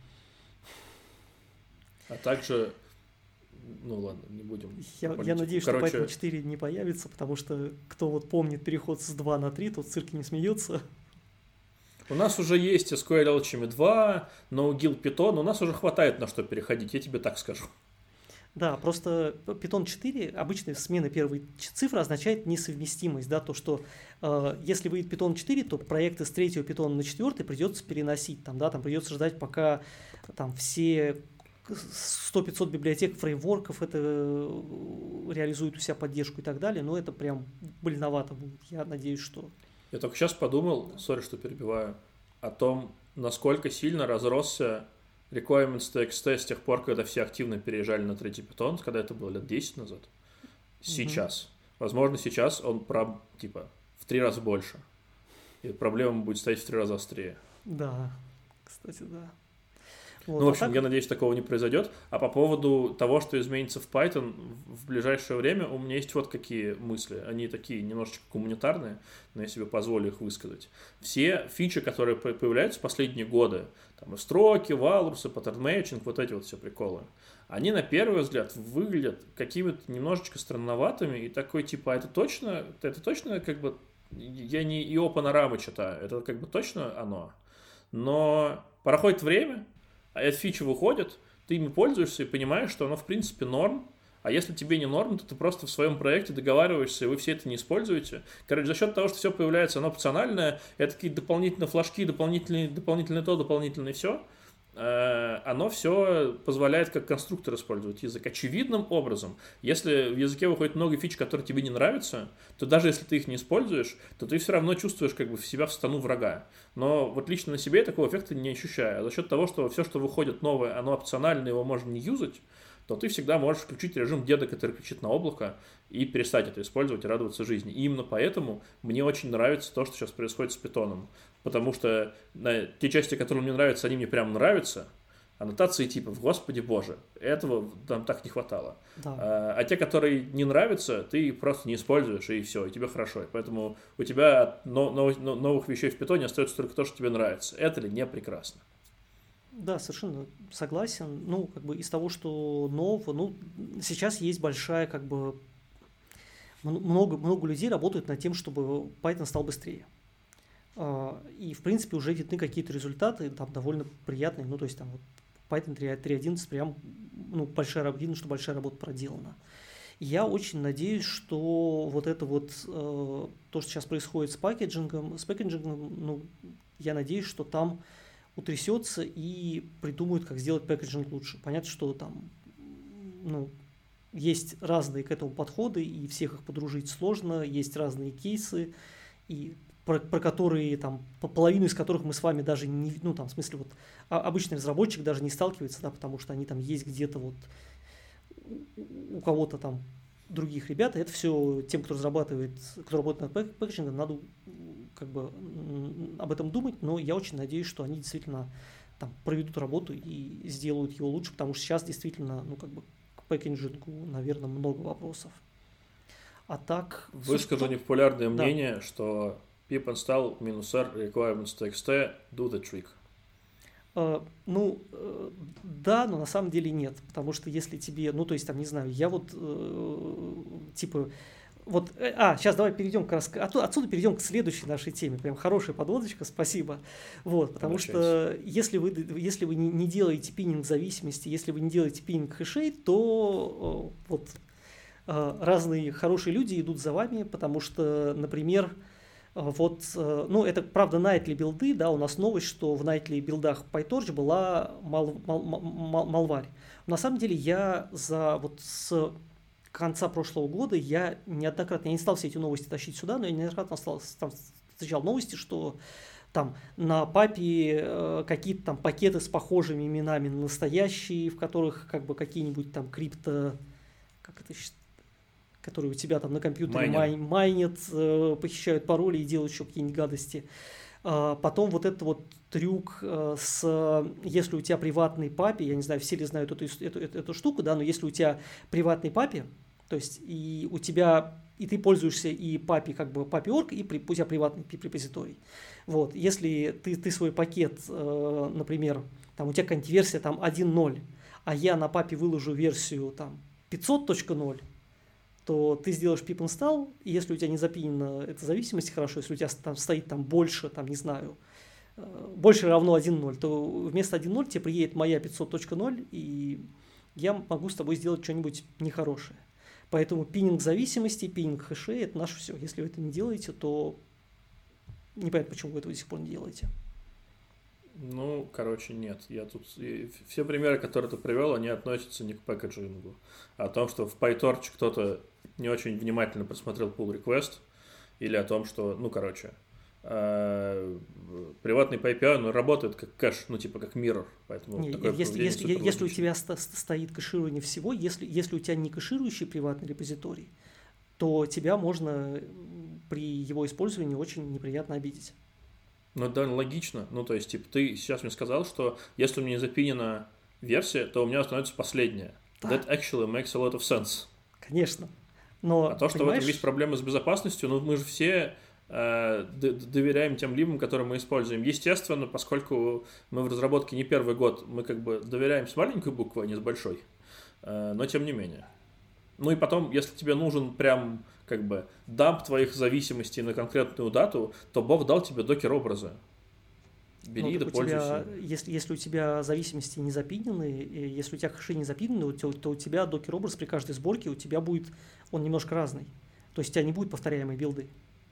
Speaker 2: А также, ну ладно, не будем.
Speaker 1: Я, я надеюсь,
Speaker 2: Короче...
Speaker 1: что Python четыре не появится, потому что кто вот помнит переход с два на три, тот в цирке не смеется.
Speaker 2: У нас уже есть эс ку эль Alchemy два, NoGill Python, у нас уже хватает на что переходить, я тебе так скажу.
Speaker 1: Да, просто Python четыре, обычная смена первой цифры означает несовместимость, да, то, что э, если выйдет Python четыре, то проекты с третьего Python на четвертый придется переносить, там, да, там придется ждать, пока там все сто-пятьсот библиотек, фреймворков это реализует у себя поддержку и так далее, но это прям больновато будет. Я надеюсь, что...
Speaker 2: Я только сейчас подумал, сори, что перебиваю, о том, насколько сильно разросся requirements.txt с тех пор, когда все активно переезжали на третий питон, когда это было лет десять назад. Сейчас. Mm-hmm. Возможно, сейчас он про, типа, в три раза больше. И проблема будет стоять в три раза острее.
Speaker 1: Да, кстати, да. Вот,
Speaker 2: ну, в общем,
Speaker 1: а так...
Speaker 2: я надеюсь, такого не произойдет. А по поводу того, что изменится в Python в ближайшее время, у меня есть вот какие мысли. Они такие немножечко гуманитарные, но я себе позволю их высказать. Все фичи, которые появляются в последние годы, там и строки, валрусы, паттерн-мэчинг, вот эти вот все приколы, они на первый взгляд выглядят какими-то немножечко странноватыми и такой типа, а это точно, это точно как бы, я не ИО панорамы читаю, это как бы точно оно. Но проходит время, а эта фича выходит, ты ими пользуешься и понимаешь, что оно в принципе норм, а если тебе не норм, то ты просто в своем проекте договариваешься, и вы все это не используете. Короче, за счет того, что все появляется, оно опциональное, это такие дополнительные флажки, дополнительные, дополнительное то, дополнительное все, оно все позволяет как конструктор использовать язык. Очевидным образом, если в языке выходит много фич, которые тебе не нравятся, то даже если ты их не используешь, то ты все равно чувствуешь как бы в себя в стану врага. Но вот лично на себе я такого эффекта не ощущаю. А за счет того, что все, что выходит новое, оно опционально, его можно не юзать, то ты всегда можешь включить режим деда, который кричит на облако, и перестать это использовать и радоваться жизни. И именно поэтому мне очень нравится то, что сейчас происходит с питоном. Потому что на, те части, которые мне нравятся, они мне прям нравятся. Аннотации типа «Господи Боже», этого нам так не хватало.
Speaker 1: Да.
Speaker 2: А, а те, которые не нравятся, ты просто не используешь, и все, и тебе хорошо. И поэтому у тебя от новых, новых вещей в питоне остается только то, что тебе нравится. Это ли не прекрасно?
Speaker 1: Да, совершенно согласен. Ну, как бы из того, что нового, ну, сейчас есть большая, как бы, много, много людей работают над тем, чтобы Python стал быстрее. И, в принципе, уже видны какие-то результаты, там, довольно приятные. Ну, то есть, там, вот, Python три одиннадцать прям, ну, большая, видно, что большая работа проделана. И я очень надеюсь, что вот это вот, то, что сейчас происходит с пакетингом, с пакетингом, ну, я надеюсь, что там утрясется и придумают, как сделать пэкэджинг лучше. Понятно, что там, ну, есть разные к этому подходы, и всех их подружить сложно, есть разные кейсы, и про, про которые, там, половину из которых мы с вами даже не, ну, там, в смысле, вот, обычный разработчик даже не сталкивается, да, потому что они там есть где-то вот у кого-то там других ребят, и это все тем, кто разрабатывает, кто работает над пэкэджингом, надо как бы об этом думать, но я очень надеюсь, что они действительно там проведут работу и сделают его лучше, потому что сейчас действительно, ну, как бы к пэкэджингу, наверное, много вопросов. А так...
Speaker 2: Выскажу непопулярное
Speaker 1: да.
Speaker 2: мнение, что pip install минус r requirements.txt do the trick.
Speaker 1: Uh, ну, uh, да, но на самом деле нет, потому что если тебе, ну, то есть, там, не знаю, я вот, uh, типа, вот, а, сейчас давай перейдем к рассказу, отсюда, отсюда перейдем к следующей нашей теме, прям хорошая подводочка, спасибо, вот, потому что если вы, если вы не делаете пининг зависимости, если вы не делаете пининг хэшей, то uh, вот uh, разные хорошие люди идут за вами, потому что, например, вот, ну, это, правда, nightly билды, да, у нас новость, что в nightly билдах PyTorch была мал, мал, мал, малварь. На самом деле я за, вот с конца прошлого года, я неоднократно, я не стал все эти новости тащить сюда, но я неоднократно стал, там, встречал новости, что там на папе э, какие-то там пакеты с похожими именами на настоящие, в которых как бы какие-нибудь там крипто, как это считается, которые у тебя там на компьютере май, майнят, э, похищают пароли и делают еще какие-нибудь гадости. А потом вот этот вот трюк э, с, если у тебя приватный папи, я не знаю, все ли знают эту, эту, эту, эту штуку, да, но если у тебя приватный папи, то есть и у тебя, и ты пользуешься и папи, как бы папи.орг, и при, у тебя приватный репозиторий. Вот, если ты, ты свой пакет, э, например, там у тебя какая-нибудь версия там один ноль, а я на папе выложу версию там пятьсот точка ноль, то ты сделаешь pip install, и если у тебя не запинена эта зависимость хорошо, если у тебя там стоит там больше, там, не знаю, больше равно один ноль, то вместо один ноль тебе приедет моя пятьсот точка ноль, и я могу с тобой сделать что-нибудь нехорошее. Поэтому пининг зависимости, пининг хэшей – это наше все. Если вы это не делаете, то непонятно, почему вы этого до сих пор не делаете.
Speaker 2: Ну, короче, нет. Я тут все примеры, которые ты привел, они относятся не к пэкэджингу, а о том, что в PyTorch кто-то не очень внимательно просмотрел pull request, или о том, что, ну, короче, э, приватный пи пи ай, он работает как кэш, ну, типа как mirror, поэтому
Speaker 1: Не,
Speaker 2: такое
Speaker 1: если,
Speaker 2: поведение
Speaker 1: если,
Speaker 2: супер
Speaker 1: если у
Speaker 2: логично.
Speaker 1: тебя sto- стоит кэширование всего, если, если у тебя не кэширующий приватный репозиторий, то тебя можно при его использовании очень неприятно обидеть.
Speaker 2: Ну, это довольно логично. Ну, то есть, типа, ты сейчас мне сказал, что если у меня не запинена версия, то у меня становится последняя.
Speaker 1: Да.
Speaker 2: That actually makes a lot of sense.
Speaker 1: Конечно. Но,
Speaker 2: А то, что
Speaker 1: понимаешь,
Speaker 2: в этом есть проблемы с безопасностью, ну, мы же все э, д- доверяем тем либам, которые мы используем. Естественно, поскольку мы в разработке не первый год, мы как бы доверяем с маленькой буквы, а не с большой. Э, но тем не менее. Ну и потом, если тебе нужен прям как бы дамп твоих зависимостей на конкретную дату, то Бог дал тебе докер-образы. Бери
Speaker 1: ну,
Speaker 2: да
Speaker 1: так у тебя,
Speaker 2: пользуйся.
Speaker 1: если, если у тебя зависимости не запинены, и если у тебя хэши не запинены, то, то у тебя докер-образ при каждой сборке у тебя будет, он немножко разный. То есть у тебя не будет повторяемой билды.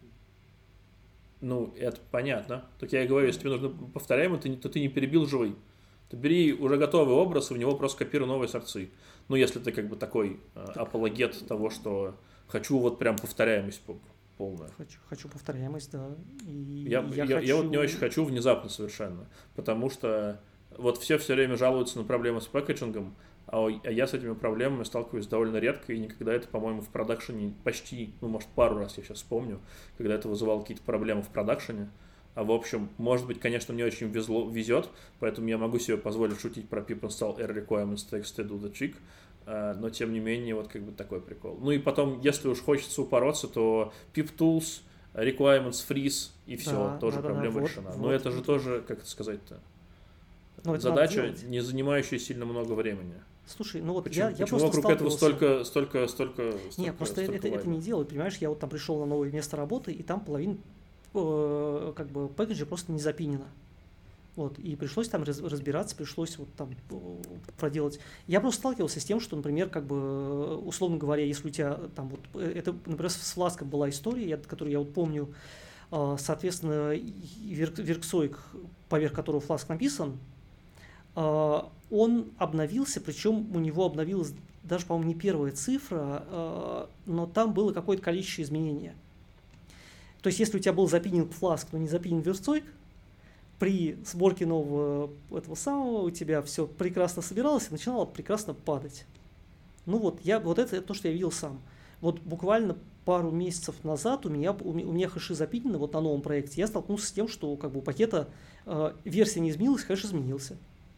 Speaker 2: Ну, это понятно. Так я и говорю, если тебе нужно повторяемый, то, то ты не перебил живой. Ты бери уже готовый образ, и в него просто копируй новые сорцы. Ну, если ты как бы такой э, апологет того, что хочу вот прям повторяемость полная.
Speaker 1: Хочу, хочу повторяемость, да. И
Speaker 2: Я,
Speaker 1: я,
Speaker 2: я,
Speaker 1: хочу...
Speaker 2: я вот не очень хочу внезапно совершенно, потому что вот все все время жалуются на проблемы с пэкэджингом, а я с этими проблемами сталкиваюсь довольно редко, и никогда это, по-моему, в продакшене почти, ну, может, пару раз я сейчас вспомню, когда это вызывало какие-то проблемы в продакшене. А в общем, может быть, конечно, мне очень везло, везет, поэтому я могу себе позволить шутить про pip install error requirements text to do the trick, но тем не менее, вот как бы такой прикол. Ну и потом, если уж хочется упороться, то pip tools, requirements freeze и все,
Speaker 1: Да,
Speaker 2: тоже
Speaker 1: да, да,
Speaker 2: проблема
Speaker 1: да, вот,
Speaker 2: решена.
Speaker 1: вот,
Speaker 2: но это
Speaker 1: вот.
Speaker 2: же тоже, как это сказать-то,
Speaker 1: Ну, это
Speaker 2: задача, не занимающая сильно много времени.
Speaker 1: Слушай, ну вот
Speaker 2: Почему,
Speaker 1: я, я
Speaker 2: почему
Speaker 1: просто
Speaker 2: вокруг этого
Speaker 1: сталкивался...
Speaker 2: столько, столько, столько,
Speaker 1: Нет,
Speaker 2: столько,
Speaker 1: просто
Speaker 2: столько
Speaker 1: это, это не делают, понимаешь, я вот там пришел на новое место работы, и там половина э, как бы пэкэджа просто не запинена. Вот, и пришлось там раз, разбираться, пришлось вот там э, проделать. Я просто сталкивался с тем, что, например, как бы, условно говоря, если у тебя там вот, это, например, с Flask была история, я, которую я вот помню, э, соответственно, Верксоик, поверх которого Flask написан, э, он обновился, причем у него обновилась даже, по-моему, не первая цифра, э, но там было какое-то количество изменений. То есть, если у тебя был запинен Flask, но не запинен Верксоик, при сборке нового этого самого у тебя все прекрасно собиралось и начинало прекрасно падать. Ну вот, я, вот это, это то, что я видел сам. Вот буквально пару месяцев назад у меня, у меня хэши запинены вот на новом проекте. Я столкнулся с тем, что как бы у пакета э, версия не изменилась, хэш изменился.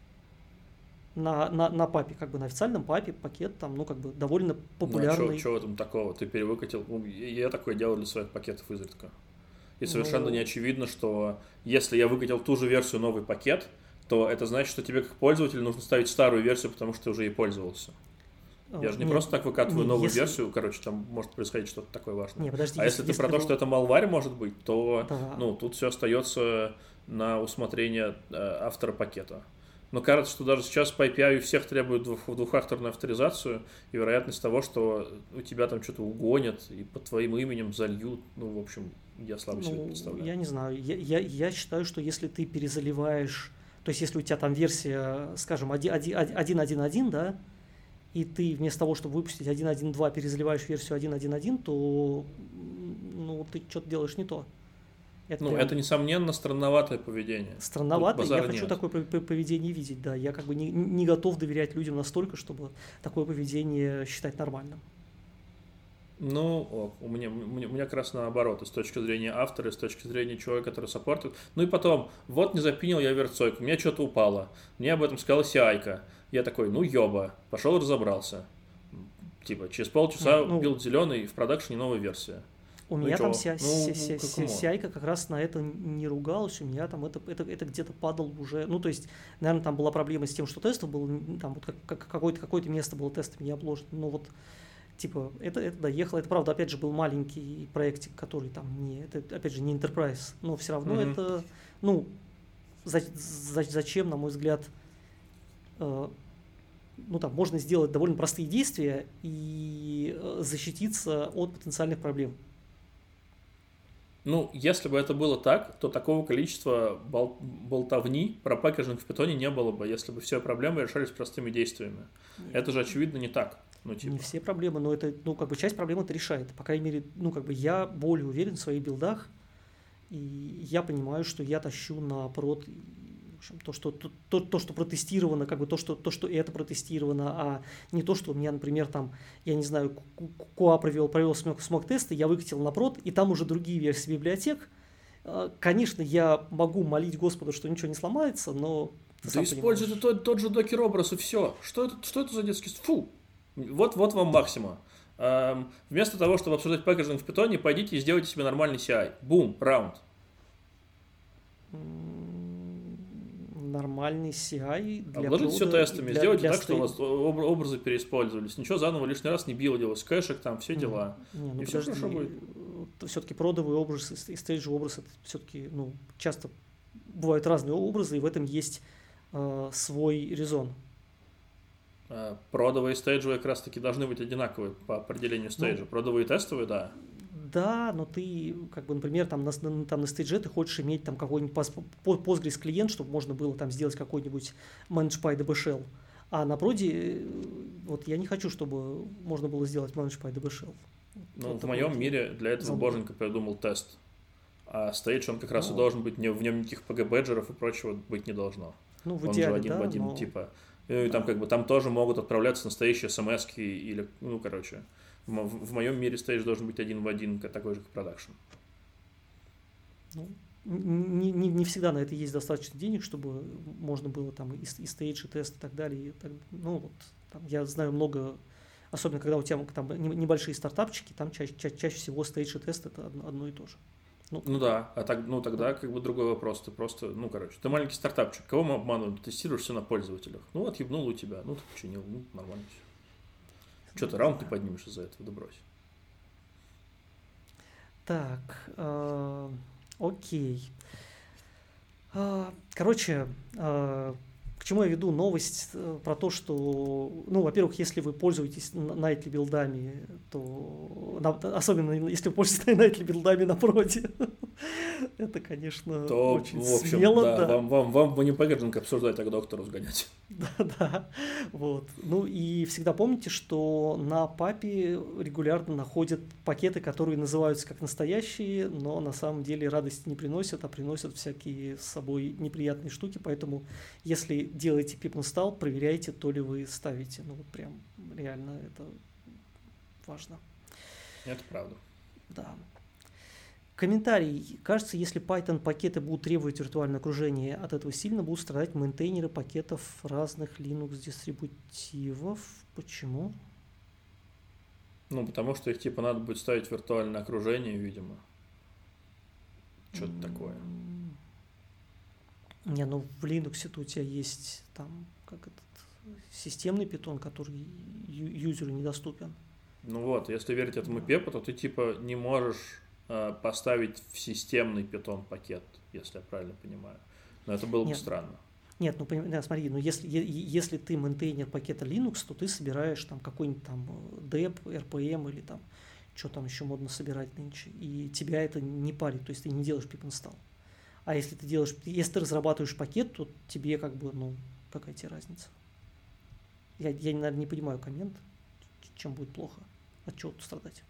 Speaker 1: На, на, на папе, как бы на официальном папе пакет там, ну, как бы довольно популярный.
Speaker 2: Ну, а что в этом такого? Ты перевыкатил? Я такое делаю для своих пакетов изредка. И совершенно ну... не очевидно, что если я выкатил ту же версию новый пакет, то это значит, что тебе как пользователю нужно ставить старую версию, потому что ты уже ей пользовался. Я же не
Speaker 1: Нет,
Speaker 2: просто так выкатываю
Speaker 1: нет,
Speaker 2: новую
Speaker 1: если...
Speaker 2: версию, короче, там может происходить что-то такое важное.
Speaker 1: Не, подожди,
Speaker 2: а если,
Speaker 1: если,
Speaker 2: ты
Speaker 1: если
Speaker 2: про
Speaker 1: ты...
Speaker 2: то, что это малварь может быть, то
Speaker 1: да.
Speaker 2: ну, тут все остается на усмотрение э, автора пакета. Но кажется, что даже сейчас по эй пи ай у всех требуют двух, двухфакторную авторизацию, и вероятность того, что у тебя там что-то угонят и под твоим именем зальют, ну, в общем, я слабо
Speaker 1: ну,
Speaker 2: себе представляю.
Speaker 1: Я не знаю, я, я, я считаю, что если ты перезаливаешь, то есть если у тебя там версия, скажем, один точка один точка один, да, и ты вместо того, чтобы выпустить один точка один точка два, перезаливаешь версию один точка один точка один, то ну, ты что-то делаешь не то.
Speaker 2: Это ну, прям... это, несомненно, странноватое поведение.
Speaker 1: Странновато, я хочу нет. такое поведение видеть, да. Я как бы не, не готов доверять людям настолько, чтобы такое поведение считать нормальным.
Speaker 2: Ну, о, у, меня, у меня как раз наоборот, и с точки зрения автора, и с точки зрения человека, который саппортит. Ну и потом, вот не запинил я Верксоик, у меня что-то упало. Мне об этом сказала си ай-ка. Я такой, ну ёба, пошел разобрался. Типа, через полчаса
Speaker 1: ну,
Speaker 2: билд зеленый, в продакшене новая версия.
Speaker 1: У
Speaker 2: ну
Speaker 1: меня там
Speaker 2: ну,
Speaker 1: си ай-ка как раз на это не ругалась, у меня там это, это, это где-то падал уже, ну то есть, наверное, там была проблема с тем, что тестов было, там вот как, как, какое-то, какое-то место было тестами не обложено, но вот, типа, это, это доехало, это правда, опять же, был маленький проектик, который там не, это, опять же, не enterprise, но все равно mm-hmm. это, ну, за, за, зачем, на мой взгляд, э, ну там, можно сделать довольно простые действия и защититься от потенциальных проблем.
Speaker 2: Ну, если бы это было так, то такого количества бол- болтовни про пэкэджинг в питоне не было бы, если бы все проблемы решались простыми действиями.
Speaker 1: Нет.
Speaker 2: Это же, очевидно, не так. Ну, типа.
Speaker 1: Не все проблемы, но это, ну, как бы часть проблем это решает. По крайней мере, ну, как бы я более уверен в своих билдах, и я понимаю, что я тащу на прод, в общем, то, что, то, то, то, что протестировано, как бы то, что, то, что это протестировано, а не то, что у меня, например, там, я не знаю, ку эй провел, провел смог-тесты, я выкатил на прод, и там уже другие версии библиотек. Конечно, я могу молить Господа, что ничего не сломается, но...
Speaker 2: Да используй тот, тот же докер-образ и все. Что это, что это за детский... Фу! Вот, вот вам максимум. Эм, вместо того, чтобы обсуждать пэкэджинг в питоне, пойдите и сделайте себе нормальный си ай. Бум, раунд.
Speaker 1: Нормальный си ай для
Speaker 2: обложите все тестами,
Speaker 1: для,
Speaker 2: сделайте
Speaker 1: для
Speaker 2: так,
Speaker 1: стей...
Speaker 2: что у вас образы переиспользовались. Ничего заново лишний раз не билдилось. Кэшек там, все дела.
Speaker 1: Не, ну
Speaker 2: и все хорошо будет.
Speaker 1: Все-таки продовый образ и стейджевый образ, это все-таки, ну, часто бывают разные образы, и в этом есть э, свой резон.
Speaker 2: Продовые и стейджевые как раз таки должны быть одинаковые по определению стейджа. Ну, продовые и тестовые, да.
Speaker 1: Да, но ты, как бы, например, там на, там на стейдже ты хочешь иметь там какой-нибудь Postgres клиент, чтобы можно было там сделать какой-нибудь ManagePy ди би Shell. А на проде, вот я не хочу, чтобы можно было сделать ManagePy ди би Shell.
Speaker 2: Ну, вот в моем мире для этого забыл. Боженька придумал тест. А стейдж, он как раз ну, и должен быть, в нем никаких пи джи-бэджеров и прочего быть не должно.
Speaker 1: Ну, в
Speaker 2: он
Speaker 1: идеале,
Speaker 2: же один
Speaker 1: да,
Speaker 2: в один,
Speaker 1: но...
Speaker 2: типа. И там, как бы, там тоже могут отправляться настоящие смс-ки или, ну, короче, в, в моем мире стейдж должен быть один в один, такой же, как продакшн.
Speaker 1: Ну, не, не, не всегда на это есть достаточно денег, чтобы можно было там и, и стейдж, и тест, и так далее. И так, ну, вот, там, я знаю много, особенно когда у тебя там небольшие стартапчики, там чаще, чаще, чаще всего стейдж и тест это одно, одно и то же.
Speaker 2: Ну, ну да, а так, ну тогда как бы другой вопрос. Ты просто, ну короче, ты маленький стартапчик, кого мы обманываем? Ты тестируешь все на пользователях. Ну, отъебнуло у тебя, ну ты починил, ну нормально все. Что ты раунд не поднимешь из-за этого, да брось.
Speaker 1: Так, э, окей. Э, короче, э, к чему я веду новость э, про то, что, ну, во-первых, если вы пользуетесь nightly билдами, то, на, особенно если вы пользуетесь nightly билдами на проде, это, конечно,
Speaker 2: то,
Speaker 1: очень
Speaker 2: в общем,
Speaker 1: смело.
Speaker 2: Да,
Speaker 1: да.
Speaker 2: Вам, вам, вам бы не пэкэджинг обсуждать, а к доктору сгонять.
Speaker 1: Да, да, вот. Ну и всегда помните, что на папе регулярно находят пакеты, которые называются как настоящие, но на самом деле радости не приносят, а приносят всякие с собой неприятные штуки, поэтому если делаете pip install, проверяйте, то ли вы ставите. Ну вот прям реально это важно.
Speaker 2: Это правда.
Speaker 1: Да. Комментарий. Кажется, если Python пакеты будут требовать виртуальное окружение, от этого сильно будут страдать мейнтейнеры пакетов разных Linux дистрибутивов. Почему?
Speaker 2: Ну, потому что их типа надо будет ставить в виртуальное окружение, видимо. Что-то mm-hmm. такое.
Speaker 1: Не, ну в Linux у тебя есть там как этот системный питон, который юзеру недоступен.
Speaker 2: Ну вот, если верить этому пепу, то ты типа не можешь поставить в системный питон пакет, если я правильно понимаю. Но это было бы
Speaker 1: нет,
Speaker 2: странно.
Speaker 1: Нет, ну да, смотри, ну если, если ты мейнтейнер пакета Linux, то ты собираешь там какой-нибудь там dep, эр пи эм или там что там еще модно собирать нынче, и тебя это не парит, то есть ты не делаешь pip install. А если ты делаешь, если ты разрабатываешь пакет, то тебе как бы, ну, какая тебе разница? Я, я наверное, не понимаю коммент, чем будет плохо, от чего тут страдать.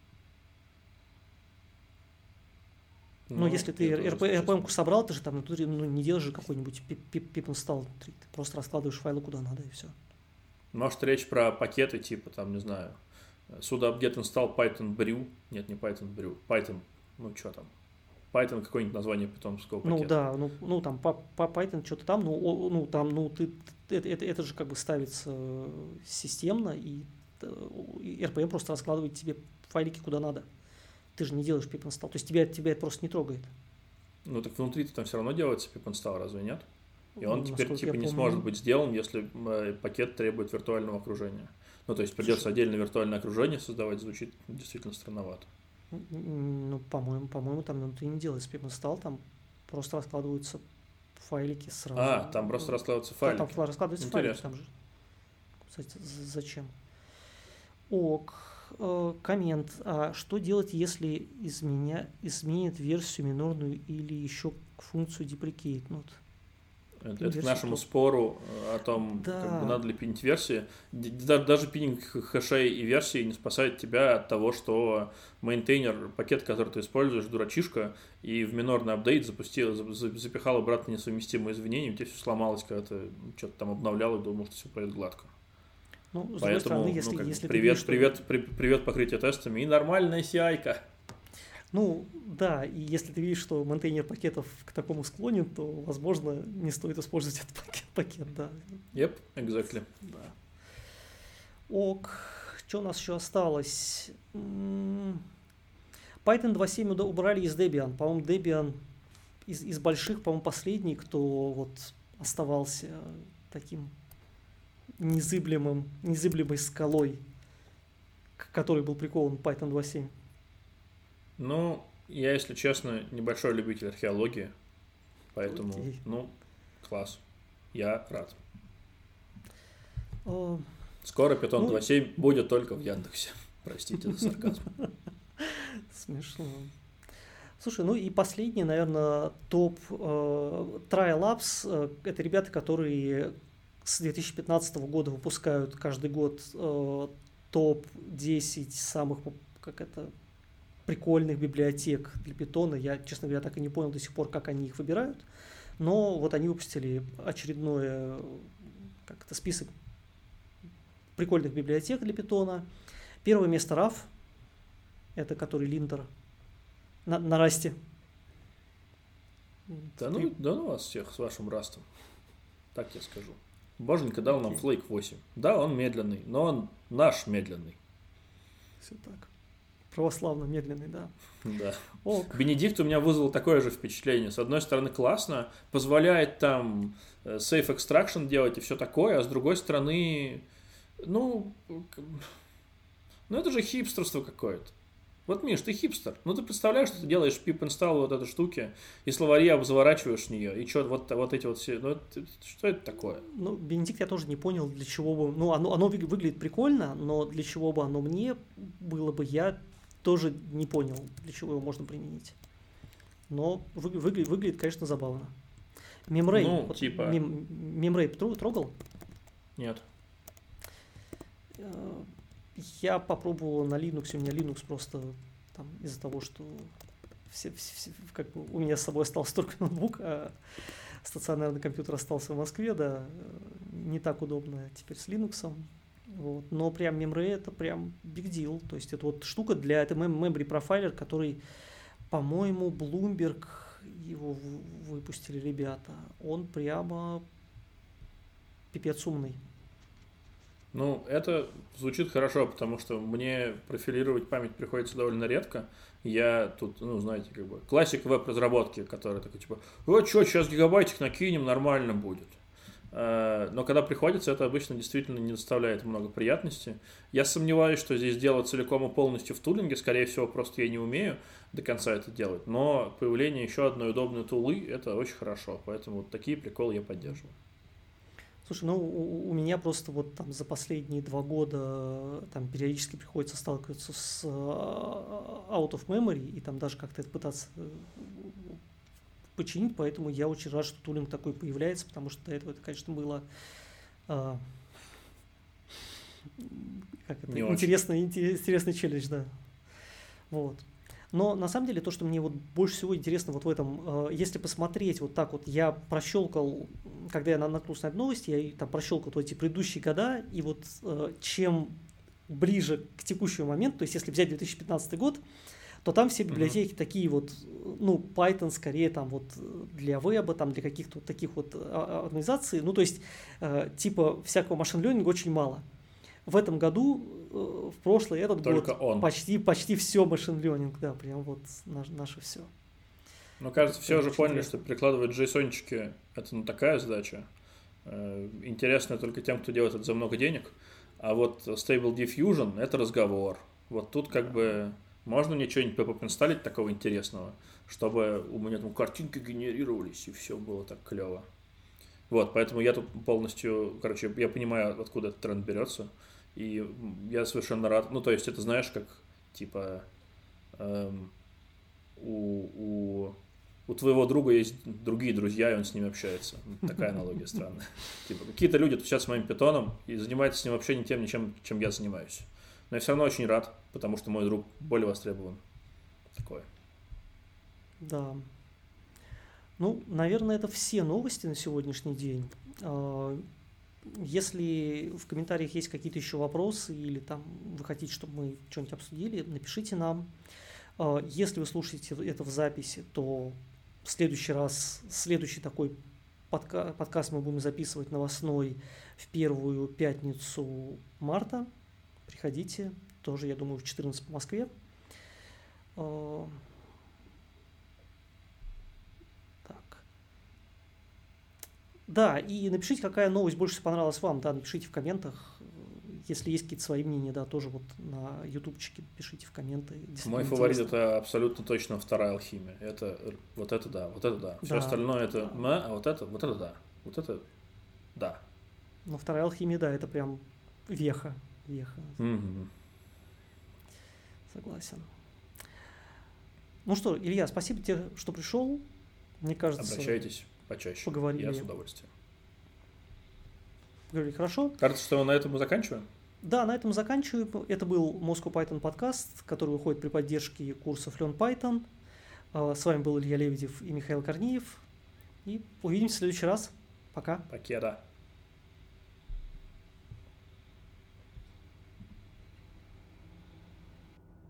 Speaker 1: Но ну, если ты эр пи эм-ку собрал, ты же там внутри, ну, не делаешь же какой-нибудь pip install внутри, ты просто раскладываешь файлы куда надо и все.
Speaker 2: Может речь про пакеты типа, там, не знаю, sudo apt-get install python brew, нет, не python brew, python, ну что там, Python какое-нибудь название питоновского пакета.
Speaker 1: Ну да, ну, ну там по, по Python что-то там, ну, ну там, ну ты, это, это, это же как бы ставится системно, и, и эр пи эм просто раскладывает тебе файлики куда надо. Ты же не делаешь pip install, то есть тебя, тебя это просто не трогает.
Speaker 2: Ну так внутри-то там все равно делается pip install, разве нет? И он ну, теперь типа не
Speaker 1: помню...
Speaker 2: сможет быть сделан, если пакет требует виртуального окружения. Ну то есть придется отдельное виртуальное окружение создавать, звучит действительно странновато.
Speaker 1: Ну, по-моему, по-моему, там внутри не делается pip install, там просто раскладываются файлики сразу.
Speaker 2: А, там просто раскладываются файлики.
Speaker 1: Там раскладываются файлики, там же. Кстати, зачем? Ок. э, коммент. А что делать, если изменя... изменит версию минорную или еще функцию деприкейт? Ну,
Speaker 2: это, это к нашему спору о том, да. как бы надо ли пинить версии. Даже пининг хэшей и версий не спасает тебя от того, что мейнтейнер, пакет, который ты используешь, дурачишка, и в минорный апдейт запустил, запихал обратно несовместимые извинения, у тебя все сломалось, когда ты что-то там обновлял и думал, что все пройдет гладко.
Speaker 1: Ну, с
Speaker 2: Поэтому,
Speaker 1: стороны, если,
Speaker 2: ну,
Speaker 1: если
Speaker 2: привет,
Speaker 1: видишь,
Speaker 2: привет,
Speaker 1: что...
Speaker 2: привет, привет покрытие тестами и нормальная си ай-ка.
Speaker 1: Ну, да, и если ты видишь, что мейнтейнер пакетов к такому склонен, то, возможно, не стоит использовать этот пакет, пакет да.
Speaker 2: Yep, exactly.
Speaker 1: Да. Ок, что у нас еще осталось? Python два семь убрали из Debian. По-моему, Debian из, из больших, по-моему, последний, кто вот оставался таким незыблемым, незыблемой скалой, к которой был прикован Python два семь.
Speaker 2: Ну, я, если честно, небольшой любитель археологии, поэтому, okay. ну, класс. Я рад.
Speaker 1: Uh,
Speaker 2: Скоро Python ну... два семь будет только в Яндексе. Простите за сарказм.
Speaker 1: Смешно. Слушай, ну и последний, наверное, топ э, Trial Labs. Э, это ребята, которые с две тысячи пятнадцатого года выпускают каждый год э, топ десять самых, как это, прикольных библиотек для Python. Я, честно говоря, так и не понял до сих пор, как они их выбирают. Но вот они выпустили очередной как это, список прикольных библиотек для Python. Первое место раф, это который линтер на, на расте.
Speaker 2: Да ну, да ну вас всех с вашим растом. Так я скажу. Боженька дал нам Flake восемь. Да, он медленный, но он наш медленный.
Speaker 1: Все так. Православно медленный, да.
Speaker 2: Да. Ок. Бенедикт у меня вызвал такое же впечатление. С одной стороны, классно, позволяет там safe extraction делать и все такое, а с другой стороны, ну, ну это же хипстерство какое-то. Вот, Миш, ты хипстер. Ну, ты представляешь, что ты делаешь pip-install вот этой штуки, и словари обзаворачиваешь в нее, и что, вот, вот эти вот все... Ну, это, что это такое?
Speaker 1: Ну, Бенедикт я тоже не понял, для чего бы... Ну, оно, оно выглядит прикольно, но для чего бы оно мне было бы, я тоже не понял, для чего его можно применить. Но вы, выглядит, выглядит, конечно, забавно. Мемрей.
Speaker 2: Ну,
Speaker 1: вот,
Speaker 2: типа...
Speaker 1: Мем, мемрей трогал?
Speaker 2: Нет.
Speaker 1: Я попробовал на Linux, у меня Linux просто там из-за того, что все, все, как бы у меня с собой остался только ноутбук, а стационарный компьютер остался в Москве, да, не так удобно теперь с Linux. Вот. Но прям Memory это прям big deal, то есть это вот штука для, это memory profiler, который, по-моему, Bloomberg его выпустили ребята, он прямо пипец умный.
Speaker 2: Ну, это звучит хорошо, потому что мне профилировать память приходится довольно редко. Я тут, ну, знаете, как бы классик веб-разработки, который такой, типа, о, что, сейчас гигабайтик накинем, нормально будет. Но когда приходится, это обычно действительно не доставляет много приятностей. Я сомневаюсь, что здесь дело целиком и полностью в тулинге. Скорее всего, просто я не умею до конца это делать. Но появление еще одной удобной тулы – это очень хорошо. Поэтому вот такие приколы я поддерживаю.
Speaker 1: Слушай, ну у, у меня просто вот там за последние два года там периодически приходится сталкиваться с uh, out of memory и там даже как-то это пытаться починить, поэтому я очень рад, что тулинг такой появляется, потому что до этого это, конечно, было uh, как это, интересный, интересный челлендж, да. Вот. Но на самом деле то, что мне вот больше всего интересно вот в этом, э, если посмотреть вот так вот, я прощелкал, когда я наткнулся на эту новость, я там прощелкал вот эти предыдущие года, и вот э, чем ближе к текущему моменту, то есть если взять две тысячи пятнадцатый год, то там все библиотеки mm-hmm. такие вот, ну, Python скорее там вот для веба, там для каких-то вот таких вот организаций, ну, то есть э, типа всякого машин-лернинга очень мало. В этом году, в прошлый этот
Speaker 2: Только
Speaker 1: год
Speaker 2: он.
Speaker 1: почти, почти все машин learning, да, прям вот наше, наше все.
Speaker 2: Ну, кажется, все уже поняли, интересно. Что перекладывать джейсончики – это ну, такая задача. Интересно только тем, кто делает это за много денег. А вот Stable Diffusion – это разговор. Вот тут как бы можно мне что-нибудь поп-инсталлить такого интересного, чтобы у меня там картинки генерировались, и все было так клево. Вот, поэтому я тут полностью, короче, я понимаю, откуда этот тренд берется. И я совершенно рад. Ну, то есть, это знаешь, как, типа, эм, у, у, у твоего друга есть другие друзья, и он с ними общается. Такая аналогия странная. Типа, какие-то люди тусят с моим питоном и занимаются с ним вообще не тем, ничем, чем я занимаюсь. Но я все равно очень рад, потому что мой друг более востребован. Такое.
Speaker 1: Да. Ну, наверное, это все новости на сегодняшний день. Если в комментариях есть какие-то еще вопросы или там вы хотите, чтобы мы что-нибудь обсудили, напишите нам. Если вы слушаете это в записи, то в следующий раз, следующий такой подка- подкаст мы будем записывать новостной в первую пятницу марта. Приходите, тоже, я думаю, в четырнадцать по Москве. Да, и напишите, какая новость больше всего понравилась вам, да, напишите в комментах, если есть какие-то свои мнения, да, тоже вот на ютубчике пишите в комменты.
Speaker 2: Мой фаворит это абсолютно точно вторая алхимия, это вот это да, вот это да, все да. остальное это да. а вот это, вот это да, вот это да.
Speaker 1: Но вторая алхимия, да, это прям веха, веха.
Speaker 2: Mm-hmm.
Speaker 1: Согласен. Ну что, Илья, спасибо тебе, что пришел, мне кажется.
Speaker 2: Обращайтесь. Почаще.
Speaker 1: Поговорили.
Speaker 2: Я с удовольствием.
Speaker 1: Поговорили хорошо.
Speaker 2: Кажется, что на этом мы заканчиваем?
Speaker 1: Да, на этом мы заканчиваем. Это был Moscow Python подкаст, который выходит при поддержке курсов Learn Python. С вами был Илья Лебедев и Михаил Корнеев. И увидимся в следующий раз. Пока.
Speaker 2: Покеда.